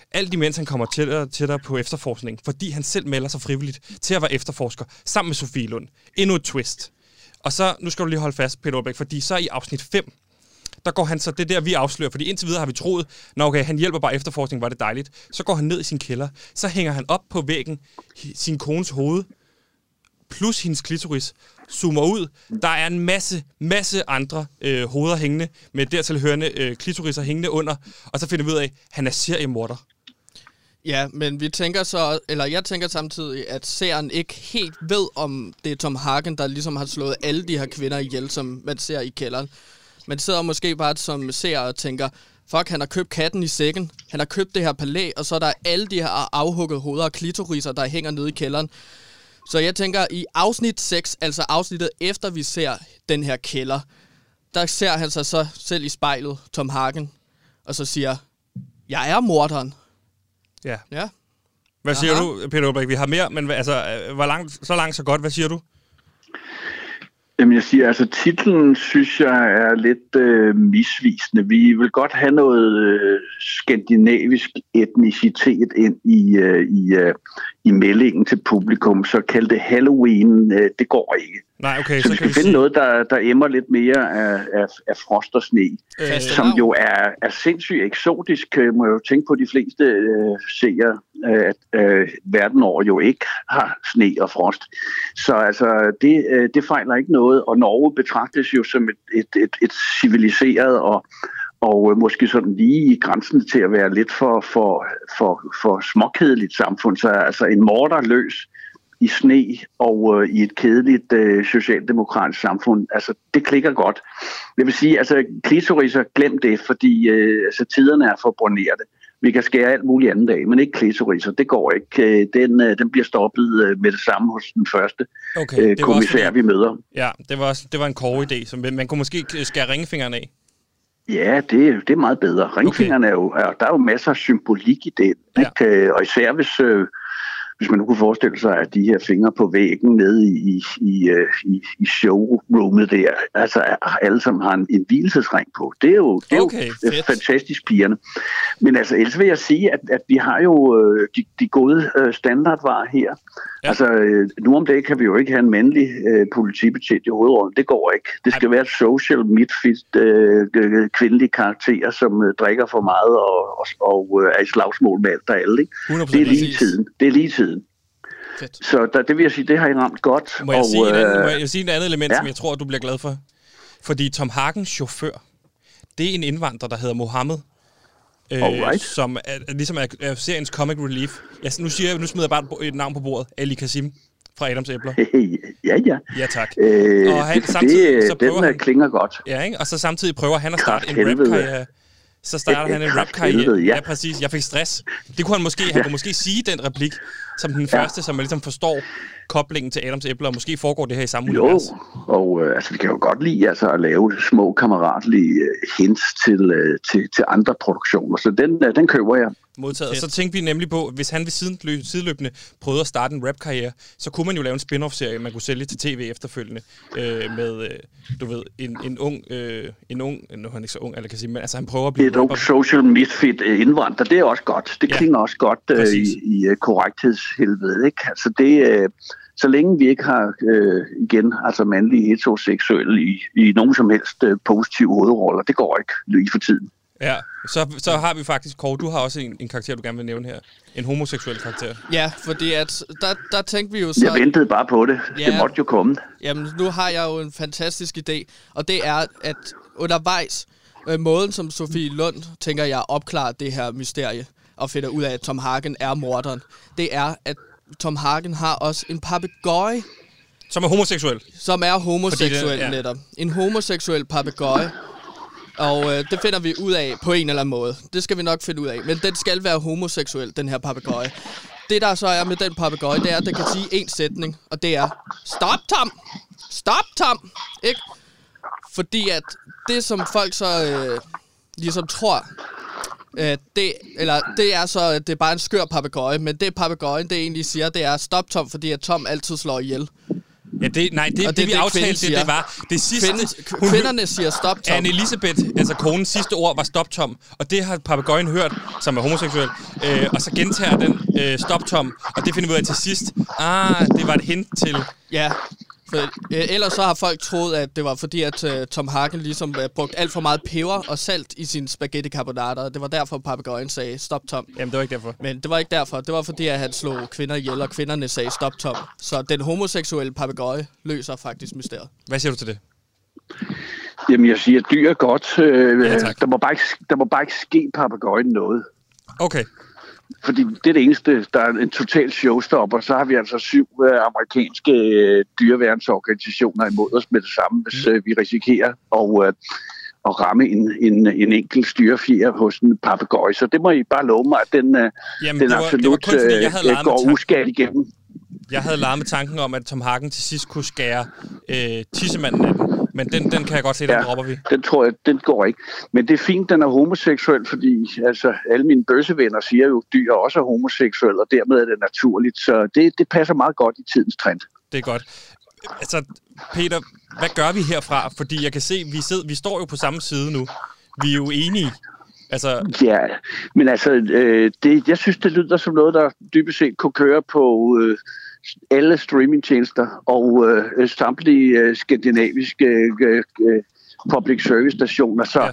Alt imens han kommer tættere på efterforskning, fordi han selv melder sig frivilligt til at være efterforsker, sammen med Sofie Lund. Endnu et twist. Og så, nu skal du lige holde fast, Peter Olbæk, fordi så i afsnit 5, der går han så, det der vi afslører, fordi indtil videre har vi troet, når okay, han hjælper bare efterforskning, var det dejligt. Så går han ned i sin kælder, så hænger han op på væggen sin kones hoved, plus hendes klitoris, zoomer ud. Der er en masse andre hoveder hængende, med dertilhørende klitoriser hængende under, og så finder vi ud af, at han er seriemorder. Ja, men jeg tænker samtidig, at seeren ikke helt ved, om det er Tom Hagen, der ligesom har slået alle de her kvinder ihjel, som man ser i kælderen. Man sidder måske bare som seer og tænker, fuck, han har købt katten i sækken, han har købt det her palæ, og så er der alle de her afhuggede hoveder og klitoriser, der hænger nede i kælderen. Så jeg tænker, i afsnit 6, altså afsnittet efter vi ser den her kælder, der ser han sig så selv i spejlet, Tom Hagen, og så siger, jeg er morderen. Ja. Ja. Hvad siger du, Peter Olbæk? Vi har mere, men altså, så langt, så godt. Hvad siger du? Jamen jeg siger, altså titlen synes jeg er lidt misvisende. Vi vil godt have noget skandinavisk etnicitet ind i meldingen til publikum, så kald det Halloween, det går ikke. Nej, okay, så vi skal finde noget, der emmer lidt mere af frost og sne, som jo er sindssygt eksotisk. Må jeg jo tænke på, de fleste seere, at verden over jo ikke har sne og frost. Så altså, det fejler ikke noget, og Norge betragtes jo som et civiliseret og måske sådan lige i grænsen til at være lidt for småkedeligt samfund. Så altså en morder løs i sne og i et kedeligt socialdemokratisk samfund, altså det klikker godt. Jeg vil sige, altså klitoriser, glem det, fordi altså, tiderne er for bornerte. Vi kan skære alt muligt anden dag, men ikke klitoriser, det går ikke. Den bliver stoppet med det samme hos den første kommissær, vi møder. Ja, det var en idé, som man kunne måske skære ringefingeren af. Ja, det er meget bedre. Ringfingeren er jo, der er jo masser af symbolik i det, ikke? Og især hvis man nu kunne forestille sig, at de her fingre på væggen nede i showroomet der, altså alle som har en hvilesesring på. Det er jo fantastisk pigerne. Men altså, ellers vil jeg sige, at vi har jo de gode standardvarer her. Ja. Altså, nu om dagen kan vi jo ikke have en mandlig politibetjent i hovedrollen. Det går ikke. Det skal være et social midfit kvindelige karakterer, som drikker for meget og er i slagsmål med alt og alle. Ikke? Det er lige tiden. Det er lige tiden. Fedt. Så det vil jeg sige, det har I ramt godt. Må jeg sige et andet element, som jeg tror, du bliver glad for? Fordi Tom Hagens chauffør, det er en indvandrer, der hedder Mohammed. Som ligesom er seriens comic relief. Nu smider jeg bare et navn på bordet. Ali Kazim fra Adams Æbler. Ja. Ja, tak. Og han, samtidig, så prøver den klinger godt. Ja, ikke? Og så samtidig prøver han at starte en rap-karriere. Så starter han en rap-karriere. Ja, præcis. Jeg fik stress. Det kunne han kunne måske sige den replik som den første, som man ligesom forstår koblingen til Adams Æbler, og måske foregår det her i samme univers. Og altså, vi kan jo godt lide altså, at lave små kammeratlige hints til andre produktioner, så den køber jeg. Modtaget. Og så tænkte vi nemlig på, hvis han ved sideløbende prøvede at starte en rap-karriere, så kunne man jo lave en spin-off-serie, man kunne sælge til tv efterfølgende, med, du ved, en ung, nu er han ikke så ung, eller kan sige, men altså han prøver at blive... Et ung social misfit indvandrer, det er også godt. Det klinger også godt i korrekthedshelvede, ikke? Altså det... Så længe vi ikke har, igen, altså mandlige heteroseksuelle i nogen som helst positive hovedroller, det går ikke lige for tiden. Ja, så har vi faktisk, Kåre, du har også en karakter, du gerne vil nævne her. En homoseksuel karakter. Ja, fordi at der tænkte vi jo så... Jeg ventede bare på det. Ja, det måtte jo komme. Jamen, nu har jeg jo en fantastisk idé, og det er, at undervejs, måden som Sofie Lund, tænker jeg, opklarer det her mysterie, og finder ud af, at Tom Hagen er morderen, det er, at Tom Hagen har også en papegøje. Som er homoseksuel. Som er homoseksuel, netop. En homoseksuel papegøje. Og det finder vi ud af på en eller anden måde. Det skal vi nok finde ud af. Men den skal være homoseksuel, den her papegøje. Det der så er med den papegøje, det er, at den kan sige en sætning. Og det er, stop Tom! Stop Tom! Ikke? Fordi at det som folk så ligesom tror... det er så, at det er bare en skør papegøje, men det papegøjen, det egentlig siger, det er stop Tom, fordi at Tom altid slår ihjel. Ja, det vi aftalte, det var det sidste... Kvinderne siger stop, Tom. Anne-Elisabeth, altså konens sidste ord, var stop, Tom. Og det har papegøjen hørt, som er homoseksuel. Og så gentager den stop, Tom. Og det finder vi ud af til sidst. Det var et hint til... Ja, for ellers så har folk troet, at det var fordi, at Tom Hagen ligesom brugte alt for meget peber og salt i sin spaghetti carbonara. Og det var derfor, papegøjen sagde stop, Tom. Jamen, det var ikke derfor. Men det var ikke derfor. Det var fordi, at han slog kvinder ihjel, og kvinderne sagde stop, Tom. Så den homoseksuelle papegøje løser faktisk mysteriet. Hvad siger du til det? Jamen, jeg siger, at dyr er godt. Ja, der må bare ikke ske papegøjen noget. Okay. Fordi det er det eneste, der er en total showstopper. Så har vi altså 7 amerikanske dyreværnsorganisationer imod os med det samme, hvis vi risikerer at ramme en enkelt styrefjer hos en papegøje. Så det må I bare love mig, at den absolut går uskadt igennem. Jeg havde leget med tanken om, at Tom Hagen til sidst kunne skære tissemanden af den. Men den kan jeg godt se, den dropper vi. Den tror jeg, den går ikke. Men det er fint, den er homoseksuel, fordi altså, alle mine bøssevenner siger jo, at dyr også er homoseksuelle, og dermed er det naturligt. Så det passer meget godt i tidens trend. Det er godt. Altså, Peter, hvad gør vi herfra? Fordi jeg kan se, vi står jo på samme side nu. Vi er jo enige. Altså... Ja, men altså, jeg synes, det lyder som noget, der dybest set kunne køre på... alle streamingtjenester og samtlige skandinaviske public service stationer. Så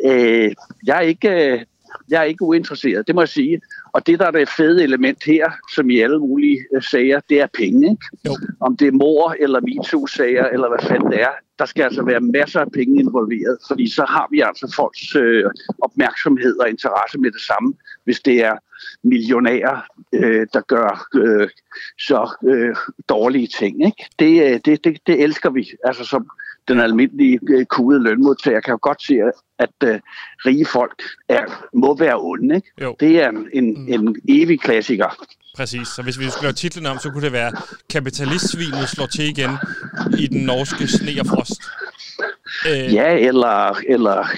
jeg er ikke uinteresseret, det må jeg sige. Og det, der er det fede element her, som i alle mulige sager, det er penge. Ikke? Jo. Om det er mor eller MeToo-sager, eller hvad fanden det er, der skal altså være masser af penge involveret, fordi så har vi altså folks opmærksomhed og interesse med det samme, hvis det er millionærer, der gør så dårlige ting. Ikke? Det elsker vi, altså som den almindelige kudede lønmodtager kan jo godt se, at rige folk må være onde. Ikke? Det er en evig klassiker. Præcis, så hvis vi skulle lave titlen om, så kunne det være Kapitalistsvinet slår til igen i den norske sne og frost. Ja, eller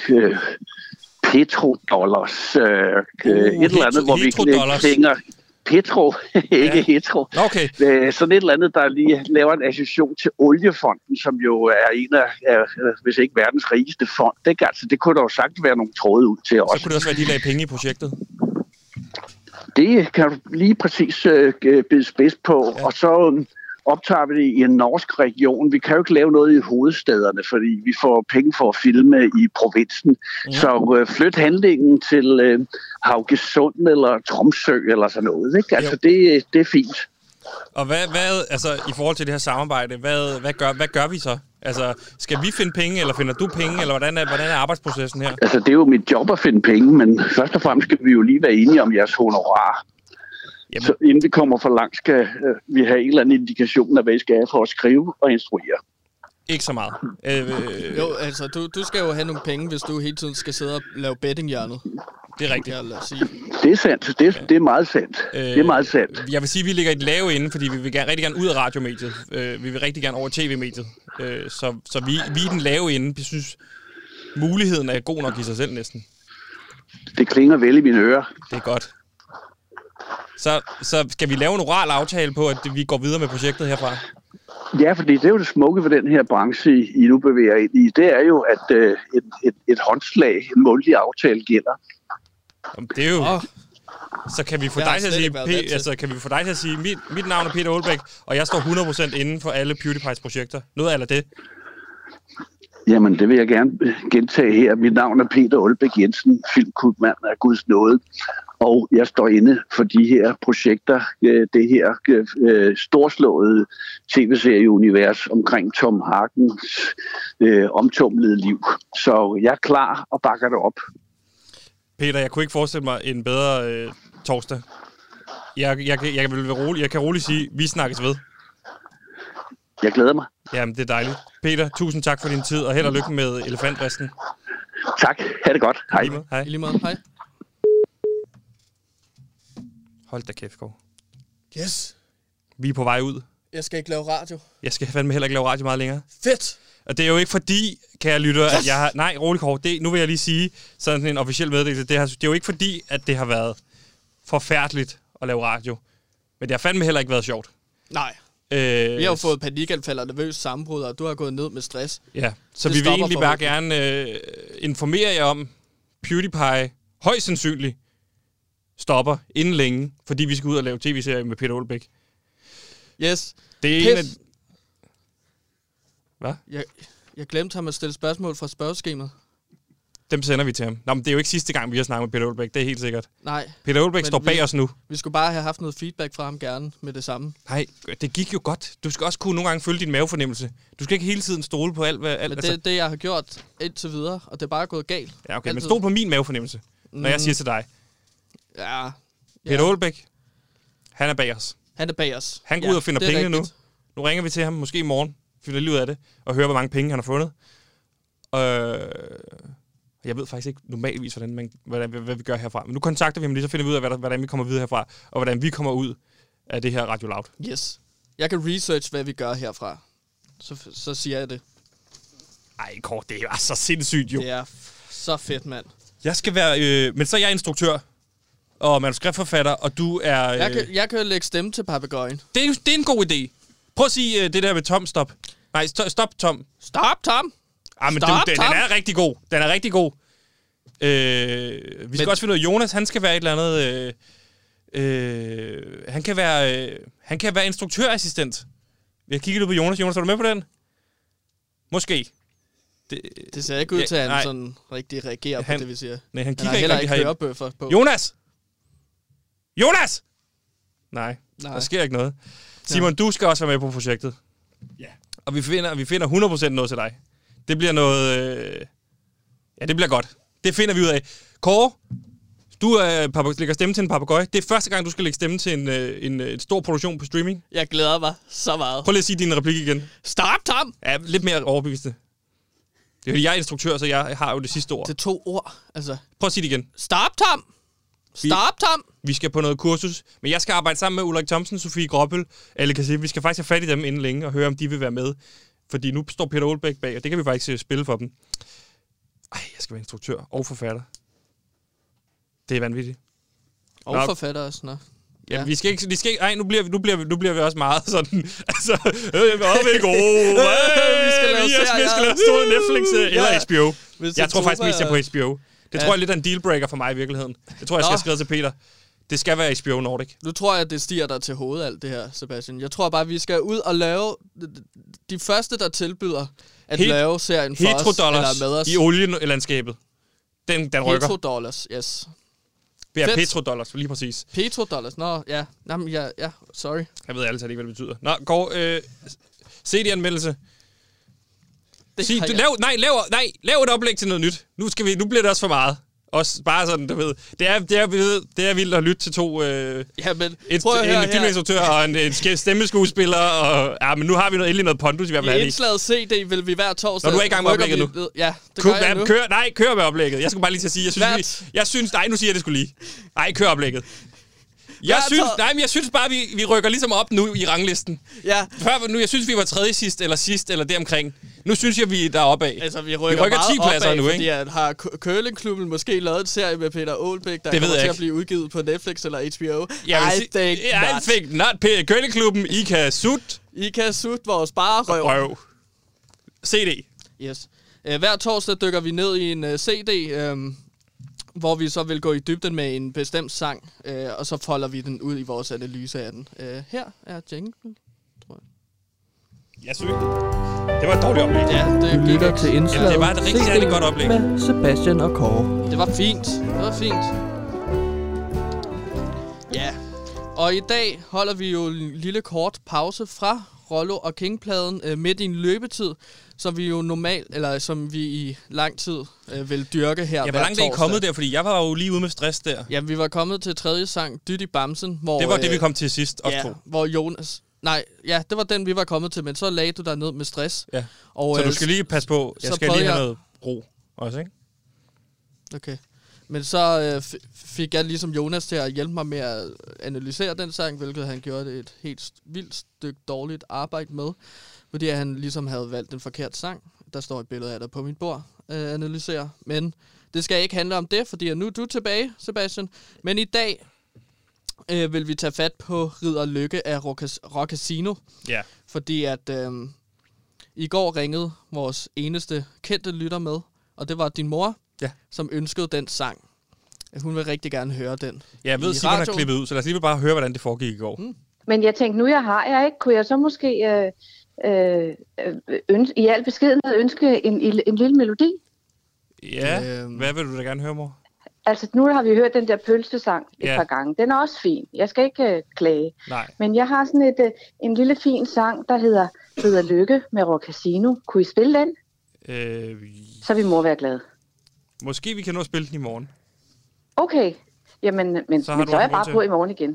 petrodollars. Et eller andet, hvor vi klinger... Petro, ikke hetero. Okay. Sådan et eller andet, der lige laver en association til Oliefonden, som jo er en af, hvis ikke verdens rigeste fond. Det kunne der jo sagt være nogle tråde ud til os. Så kunne det også være, at de lagde penge i projektet? Det kan du lige præcis bide spids på. Ja. Og så optager vi det i en norsk region. Vi kan jo ikke lave noget i hovedstederne, fordi vi får penge for at filme i provinsen. Ja. Så flyt handlingen til Haugesund eller Tromsø eller sådan noget. Ikke? Altså, det er fint. Og hvad altså, i forhold til det her samarbejde, hvad gør vi så? Altså, skal vi finde penge, eller finder du penge, eller hvordan er arbejdsprocessen her? Altså, det er jo mit job at finde penge, men først og fremmest skal vi jo lige være enige om jeres honorar. Jamen. Så inden vi kommer for langt, skal vi have en eller anden indikation af, hvad I skal have for at skrive og instruere. Ikke så meget. Jo, altså, du skal jo have nogle penge, hvis du hele tiden skal sidde og lave bettinghjørnet. Det er rigtigt. Det er sandt. Det er meget sandt. Det er meget sandt. Jeg vil sige, at vi ligger i et lave inde, fordi vi vil rigtig gerne ud af radiomediet. Vi vil rigtig gerne over tv-mediet. Så vi er den lave inde. Jeg synes, muligheden er god nok i sig selv næsten. Det klinger vel i mine ører. Det er godt. Så skal vi lave en oral aftale på, at vi går videre med projektet herfra? Ja, fordi det er jo det smukke ved den her branche, I nu bevæger ind i. Det er jo, at et håndslag, en mundtlig aftale gælder. Jamen, det er jo... Så kan vi få dig til at sige, mit navn er Peter Aalbæk, og jeg står 100% inden for alle PewDiePie's projekter. Noget eller det? Jamen, det vil jeg gerne gentage her. Mit navn er Peter Aalbæk Jensen, filmkultmand af Guds nåde. Og jeg står inde for de her projekter, det her storslåede tv-serieunivers omkring Tom Hagens omtumlede liv. Så jeg er klar og bakker det op. Peter, jeg kunne ikke forestille mig en bedre torsdag. Jeg vil være rolig. Jeg kan roligt sige, vi snakkes ved. Jeg glæder mig. Jamen, det er dejligt. Peter, tusind tak for din tid, og held og lykke med elefantresten. Tak. Ha' det godt. Hej. Hej. I lige måde. Hej. Hold da kæft, Gård. Yes. Vi er på vej ud. Jeg skal ikke lave radio. Jeg skal fandme heller ikke lave radio meget længere. Fedt! Og det er jo ikke fordi, kære lytter, at jeg har... Nej, rolig Kåre. Nu vil jeg lige sige sådan en officiel meddelelse. Det er jo ikke fordi, at det har været forfærdeligt at lave radio. Men det har fandme heller ikke været sjovt. Nej. Vi har jo fået panikanfald og nervøs sammenbrud, og du har gået ned med stress. Ja, så vi vil egentlig bare gerne informere jer om, PewDiePie højst sandsynligt stopper inden længe, fordi vi skal ud og lave tv-serie med Peter Aalbæk. Yes. Det er en af... Hvad? Jeg glemte ham at stille spørgsmål fra spørgeskemaet. Dem sender vi til ham. Nå, men det er jo ikke sidste gang, vi har snakket med Peter Aalbæk. Det er helt sikkert. Nej. Peter Aalbæk står bag os nu. Vi skulle bare have haft noget feedback fra ham gerne med det samme. Nej, det gik jo godt. Du skal også kunne nogle gange følge din mavefornemmelse. Du skal ikke hele tiden stole på alt, hvad... Men det er det, jeg har gjort indtil videre, og det er bare gået galt. Ja, okay, men stol på min mavefornemmelse, når jeg siger til dig. Ja. Peter Aalbæk, han er bag os. Han er bag os. Han går ud og finder penge nu. Nu ringer vi til ham, måske i morgen, finder lige ud af det, og hører, hvor mange penge han har fundet. Jeg ved faktisk ikke normalvis, hvad vi gør herfra. Men nu kontakter vi ham lige, så finder vi ud af, hvordan vi kommer videre herfra, og hvordan vi kommer ud af det her Radio Loud. Yes. Jeg kan research, hvad vi gør herfra. Så siger jeg det. Ej, Kåre, det er så sindssygt jo. Det er så fedt, mand. Jeg skal være... men så er jeg instruktør og manuskriptforfatter, og du er... Jeg kan lægge stemme til papegøjen. Det er en god idé. Prøv at sige det der med Tom, stop. Nej, stop, Tom. Stop, Tom. Ah, men den er rigtig god. Den er rigtig god. Vi skal også finde ud af, Jonas, han skal være et eller andet... han kan være instruktørassistent. Vi har kigget ud på Jonas. Jonas, er du med på den? Måske. Det ser ikke ud til, at han sådan rigtig reagerer på det, vi siger. Nej, han kigger heller ikke hørebøffer på. Jonas! Nej, der sker ikke noget. Simon, du skal også være med på projektet. Ja. Og vi finder 100% noget til dig. Det bliver noget... det bliver godt. Det finder vi ud af. Kåre, du lægger stemme til en papegøje. Det er første gang, du skal lægge stemme til en stor produktion på streaming. Jeg glæder mig så meget. Prøv lige at sige din replik igen. Stop, Tom! Ja, lidt mere overbeviste. Det er fordi, jeg er instruktør, så jeg har jo det sidste ord. Det er 2 ord, altså. Prøv at sige det igen. Stop, Tom! Stop, Tom! Vi skal på noget kursus, men jeg skal arbejde sammen med Ulrik Thomsen, Sofie Gråbøl, alle kan sige. Vi skal faktisk have fat i dem inden længe og høre, om de vil være med. Fordi nu står Peter Aalbæk bag, og det kan vi faktisk spille for dem. Ej, jeg skal være instruktør og forfatter. Det er vanvittigt. Og forfatter også, nå. Ja, vi skal ikke. Ej, nu bliver vi også meget sådan. Altså, vi er gode. Vi skal lave stor Netflix eller HBO. Jeg tror faktisk mest, jeg er på HBO. Det tror jeg lidt er en dealbreaker for mig i virkeligheden. Det tror jeg skal skrive til Peter. Det skal være HBO Nordic. Nu tror jeg, at det stiger dig til hovedet, alt det her, Sebastian. Jeg tror bare, at vi skal ud og lave de første, der tilbyder at lave serien for os, eller med os. I olielandskabet. Den rykker. Petrodollars, yes. Det er petrodollars, lige præcis. Petrodollars, ja. Jamen, ja, sorry. Jeg ved altid ikke, hvad det betyder. Nå, gå, se de anmeldelse. Lav et oplæg til noget nyt. Nu bliver det også for meget. Også bare sådan, du ved. Det er vildt at lytte til to... en filminstruktør og en stemmeskuespiller. Og, men nu har vi endelig noget pondus i hvert fald. I indslaget CD vil vi hver torsdag... Når du er i gang med oplægget nu. Ja, det gør jeg nu. Kør med oplægget. Jeg skulle bare lige til at sige... Nu siger jeg det skulle lige. Nej, kør oplægget. Jeg synes bare, vi rykker ligesom op nu i ranglisten. Ja. Jeg synes, vi var tredje sidst, eller deromkring. Nu synes jeg, vi er deroppe af. Altså, vi rykker 10 pladser nu, ikke? Fordi har Curlingklubben måske lavet en serie med Peter Aalbæk, der kommer til at blive udgivet på Netflix eller HBO? I think not. Curlingklubben, I kan sut vores bare røv. CD. Yes. Hver torsdag dykker vi ned i en CD, hvor vi så vil gå i dybden med en bestemt sang, og så folder vi den ud i vores analyse af den. Her er jingle, tror jeg. Jeg synes det var et dårligt oplæg. Ja, det gik ikke til indslaget. Ja, det var et rigtig godt oplæg. Med Sebastian og Kåre. Det var fint. Ja, og i dag holder vi jo en lille kort pause fra Rollo og King-pladen midt i en løbetid, som vi jo som vi i lang tid vil dyrke her. Ja, hvor langt er I kommet der? Fordi jeg var jo lige ude med stress der. Ja, vi var kommet til tredje sang, Dyt i Bamsen. Hvor, det var det, vi kom til sidst, os to. Hvor Jonas... Nej, ja, det var den, vi var kommet til, men så lagde du dig ned med stress. Ja, og, så du skal lige passe på. Jeg skal lige have noget ro også, ikke? Okay. Men så fik jeg ligesom Jonas til at hjælpe mig med at analysere den sang, hvilket han gjorde et helt vildt stykke dårligt arbejde med. Fordi han ligesom havde valgt en forkert sang. Der står et billede af dig på mit bord analysere. Men det skal ikke handle om det, fordi nu er du tilbage, Sebastian. Men i dag vil vi tage fat på Ridder Lykke af Rockasino. Ja. Fordi at i går ringede vores eneste kendte lytter med, og det var din mor, som ønskede den sang. Hun vil rigtig gerne høre den. Ja, jeg ved, Simon har klippet ud, så lad os lige bare høre, hvordan det foregik i går. Men jeg tænkte, nu ikke, kunne jeg så måske i al beskedenhed ønske en lille melodi? Ja, hvad vil du da gerne høre, mor? Altså, nu har vi hørt den der pølsesang et par gange. Den er også fin. Jeg skal ikke klage. Nej. Men jeg har sådan en lille fin sang, der hedder Ridder Lykke med Rockasino. Kunne I spille den? Så vi må være glade. Måske vi kan nå at spille den i morgen. Okay. Men så er jeg bare på i morgen igen.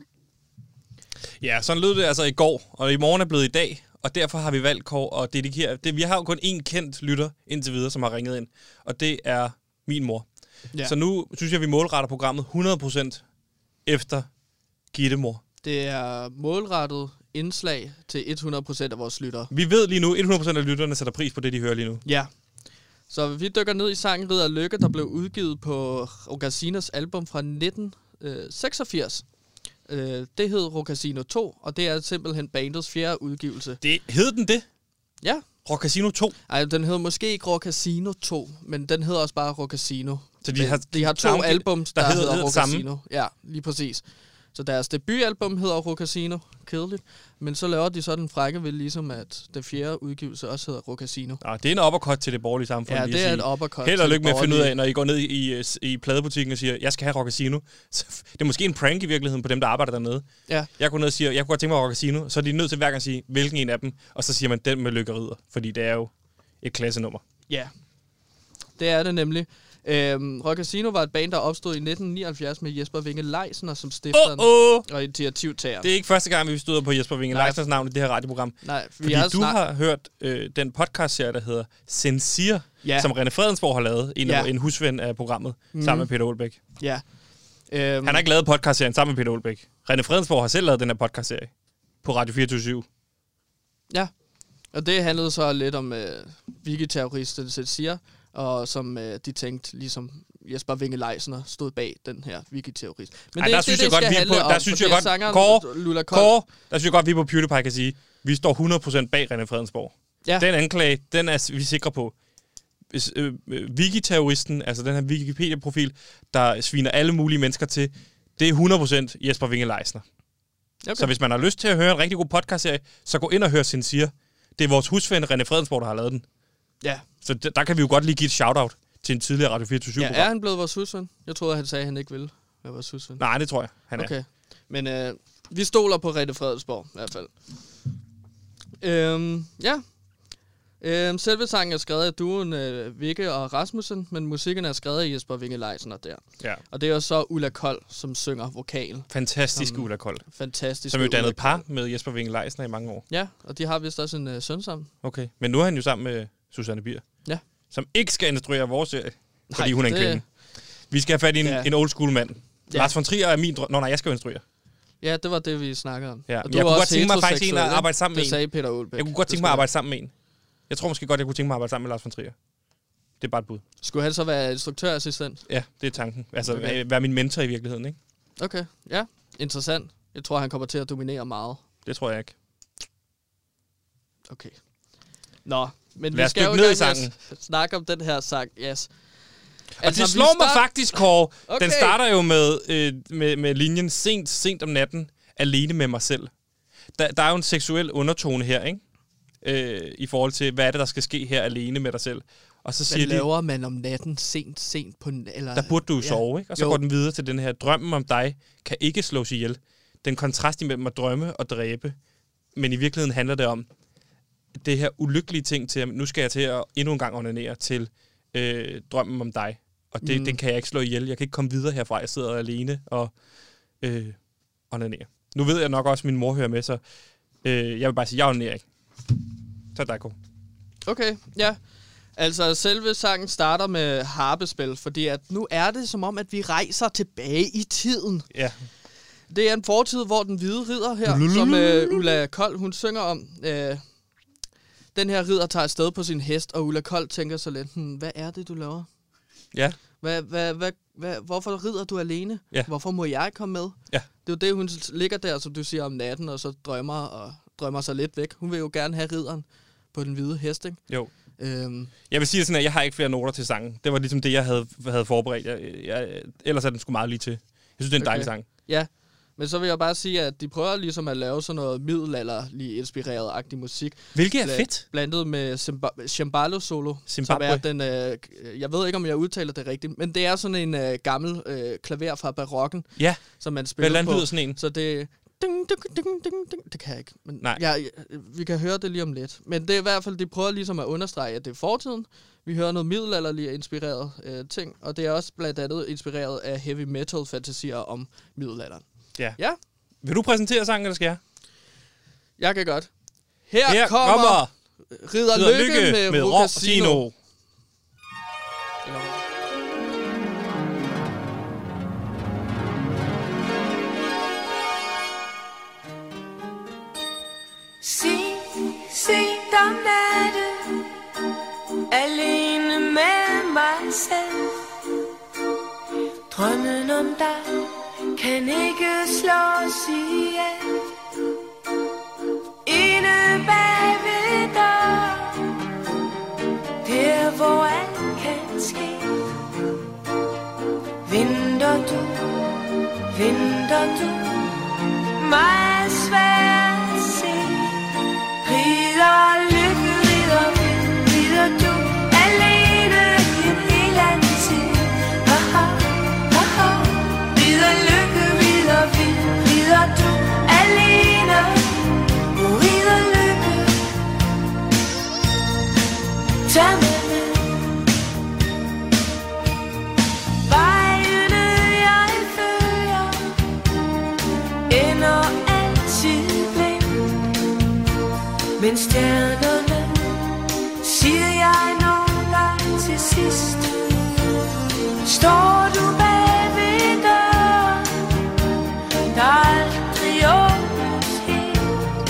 Ja, sådan lød det altså i går, og i morgen er blevet i dag, og derfor har vi valgt, Kåre, at dedikere det. Vi har jo kun én kendt lytter indtil videre, som har ringet ind, og det er min mor. Ja. Så nu synes jeg, vi målretter programmet 100% efter Gitte, mor. Det er målrettet indslag til 100% af vores lyttere. Vi ved lige nu, 100% af lytterne sætter pris på det, de hører lige nu. Ja. Så vi dykker ned i sangen Ridder Lykke, der blev udgivet på Rocasinos album fra 1986. Det hed Rockasino 2, og det er simpelthen bandets 4. udgivelse. Det hed den det? Ja. Rockasino 2? Ej, den hed måske ikke Rockasino 2, men den hedder også bare Rockasino. Så de har 2 albums, der hedder Rockasino. Ja, lige præcis. Så deres debutalbum hedder Rockasino, kedeligt. Men så laver de så den frække ved ligesom, at den 4. udgivelse også hedder Rockasino. Ja, det er en uppercut til det borgerlige samfund. Ja, det er et uppercut. Held og lykke med at finde ud af, når I går ned i pladebutikken og siger, jeg skal have Rockasino. Det er måske en prank i virkeligheden på dem, der arbejder dernede. Ja. Jeg går ned og siger, jeg kunne godt tænke mig Rockasino. Så er de nødt til hver gang at sige, hvilken en af dem. Og så siger man den med Lykke Ridder, fordi det er jo et klassenummer. Ja, det er det nemlig. Rockasino var et band, der opstod i 1979 med Jesper Winge Leisner som stifteren og initiativtager. Det er ikke første gang, vi støder på Jesper Winge Leisners navn i det her radioprogram. Nej, fordi du har hørt den podcastserie, der hedder Sensir, som René Fredensborg har lavet, en husven af programmet, sammen med Peter Olbæk. Ja. Han har ikke lavet podcastserien sammen med Peter Olbæk. René Fredensborg har selv lavet den her podcastserie på Radio 24/7. Ja, og det handlede så lidt om Wiki-terroristen Sensir, og som de tænkte, ligesom Jesper Winge Leisner stod bag den her Wiki-terrorist. Men der synes jeg godt, vi på PewDiePie kan sige, vi står 100% bag René Fredensborg. Ja. Den anklage, den er vi sikre på. Hvis Wiki-terroristen, altså den her Wikipedia-profil, der sviner alle mulige mennesker til, det er 100% Jesper Winge Leisner. Okay. Så hvis man har lyst til at høre en rigtig god podcastserie, så gå ind og hør Sensir. Det er vores husven René Fredensborg, der har lavet den. Ja. Så der kan vi jo godt lige give et shout-out til en tidligere Radio 24/7. Ja, er han blevet vores husven? Jeg troede, han sagde, at han ikke ville være vores husven. Nej, det tror jeg, han er. Okay. Men vi stoler på René Fredensborg, i hvert fald. Selve sangen er skrevet af duoen Vikke og Rasmussen, men musikken er skrevet af Jesper Winge Leisner der. Ja. Og det er så Ulla Kold, som synger vokal. Fantastisk Ulla Kold. Fantastisk. Som jo dannet par med Jesper Winge Leisner i mange år. Ja, og de har vist også en søn sammen. Okay, men nu er han jo sammen med Susanne Bier. Ja. Som ikke skal instruere vores serie, fordi hun er en kvinde. Vi skal have fat i en old school mand. Ja. Lars von Trier er min drøm. Nej, jeg skal jo instruere. Ja, det var det, vi snakkede om. Ja. Og du jeg kunne godt tænke mig faktisk at arbejde sammen med en. Det sagde Peter Olbæk. Jeg kunne godt tænke mig at arbejde sammen med en. Jeg tror måske godt, jeg kunne tænke mig at arbejde sammen med Lars von Trier. Det er bare et bud. Skulle han så være instruktørassistent? Ja, det er tanken. Altså, være min mentor i virkeligheden, ikke? Okay, ja. Interessant. Jeg tror, han kommer til at dominere meget. Det tror jeg ikke. Okay. Nå, men vi skal jo ned i sangen. Snakke om den her sang, yes. Og altså, det slår mig faktisk, Kåre. Okay. Den starter jo med linjen sent om natten, alene med mig selv. Der er jo en seksuel undertone her, ikke? I forhold til, hvad er det, der skal ske her alene med dig selv. Og så siger laver man om natten sent på... Eller, der burde du sove, ikke? Og så går den videre til den her, drømmen om dig kan ikke slås ihjel. Den kontrast imellem at drømme og dræbe. Men i virkeligheden handler det om det her ulykkelige ting til, at nu skal jeg til at endnu en gang onanere til drømmen om dig. Og den kan jeg ikke slå ihjel. Jeg kan ikke komme videre herfra. Jeg sidder alene og onanerer. Nu ved jeg nok også, at min mor hører med, så jeg vil bare sige, jeg onanerer ikke. Så der går. Okay, ja. Altså, selve sangen starter med harpespil, fordi at nu er det som om, at vi rejser tilbage i tiden. Ja. Det er en fortid, hvor den hvide ridder her, som Ulla Kold, hun synger om. Den her ridder tager afsted på sin hest, og Ulla Kold tænker så lidt, hvad er det, du laver? Ja. Hvorfor rider du alene? Ja. Hvorfor må jeg komme med? Ja. Det er jo det, hun ligger der, som du siger, om natten, og så drømmer sig lidt væk. Hun vil jo gerne have ridderen på den hvide hest, ikke? Jo. Jeg vil sige sådan, at jeg har ikke flere noter til sangen. Det var ligesom det, jeg havde forberedt. Ellers er den sgu meget lige til. Jeg synes, det er en dejlig sang. Ja, men så vil jeg bare sige, at de prøver ligesom at lave sådan noget middelalderlig inspireret-agtig musik. Hvilket er fedt. Blandet med cembalo solo. Zimbabwe. Som er den, jeg ved ikke, om jeg udtaler det rigtigt, men det er sådan en gammel klaver fra barokken, ja. Som man spiller på. Hvordan lyder sådan en? Så det... Det kan jeg ikke. Men nej. Vi kan høre det lige om lidt. Men det er i hvert fald, de prøver ligesom at understrege, at det er fortiden. Vi hører noget middelalderligt inspireret ting, og det er også blandt andet inspireret af heavy metal fantasier om middelalderen. Ja. Vil du præsentere sangen, eller skal jeg? Jeg kan godt. Her kommer Ridder Lykke med Rocassino. Sent om natten, alene med mig selv. Drømmen om dig kan ikke slås ihjel. Inde bag ved dig, der hvor alt kan ske. Venter du mig svært at se. Ridder lykke, ridder vind, ridder du alene i en helt anden tid. Haha, haha. Ridder lykke, ridder vind, ridder du alene. Ridder lykke, tag mig med. Vejene jeg følger ender altid blind. Men stjernerne siger jeg når dig til sidst. Står du bag ved døren, der aldrig åbnes helt.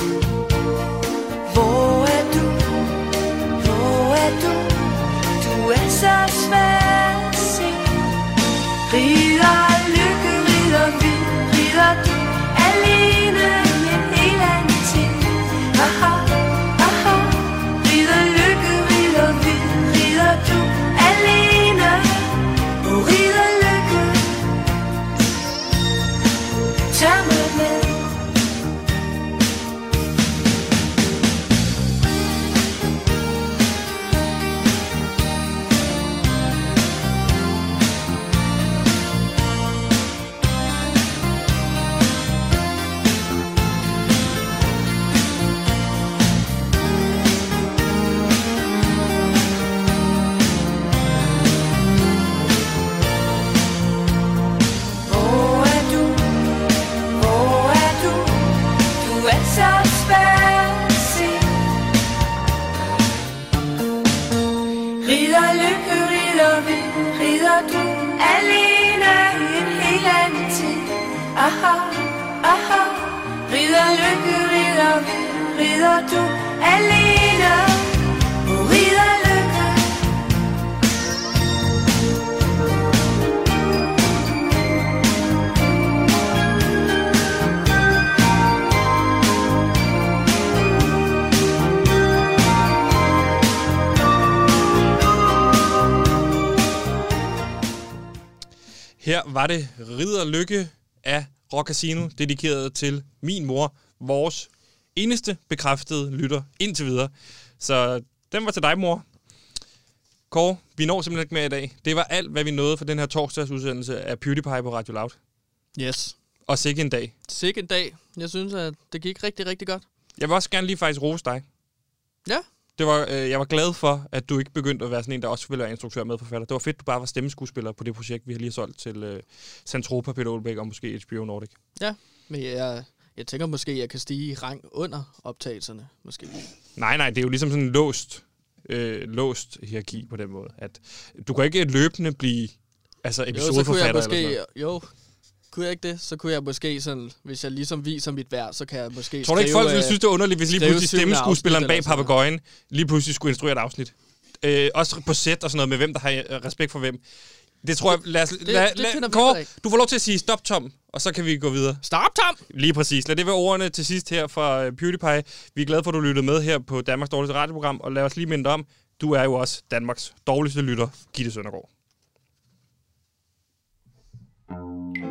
Hvor er du? Hvor er du? Du er så svær at se. Ridder lykke, ridder vind, ridder du alene i en helt anden tid. Aha. Ridder lykke, ridder vind, ridder du alene. Ridder lykke. Her var det Ridder Lykke af Rocassino, dedikeret til min mor, vores eneste bekræftede lytter indtil videre. Så den var til dig, mor. Kåre, vi når simpelthen ikke mere i dag. Det var alt, hvad vi nåede for den her torsdagsudsendelse af PewDiePie på Radio Loud. Yes. Og sikke en dag. Sikke en dag. Jeg synes, at det gik rigtig, rigtig godt. Jeg vil også gerne lige faktisk rose dig. Ja. Jeg var glad for, at du ikke begyndte at være sådan en, der også ville være instruktør og medforfatter. Det var fedt, du bare var stemmeskuespiller på det projekt, vi har lige solgt til Santropa, Peter Olbæk og måske HBO Nordic. Ja, men jeg tænker måske, at jeg kan stige i rang under optagelserne. Måske. Nej, det er jo ligesom sådan en låst hierarki på den måde. At du kan ikke løbende blive episodeforfatter eller sådan noget. Jo, kunne jeg ikke det, så kunne jeg måske sådan, hvis jeg ligesom viser mit værd, så kan jeg måske Tror du ikke, folk ville synes, det var underligt, hvis lige pludselig stemmeskuespilleren bag Papagøjen lige pludselig skulle instruere et afsnit? Også på sæt og sådan noget med, hvem der har respekt for hvem. Det tror jeg... Kåre, du får lov til at sige stop, Tom, og så kan vi gå videre. Stop, Tom! Lige præcis. Lad det være ordene til sidst her fra PewDiePie. Vi er glade for, at du lyttede med her på Danmarks dårligste radioprogram, og lad os lige minde om, du er jo også Danmarks dårligste lytter, Gitte Søndergaard.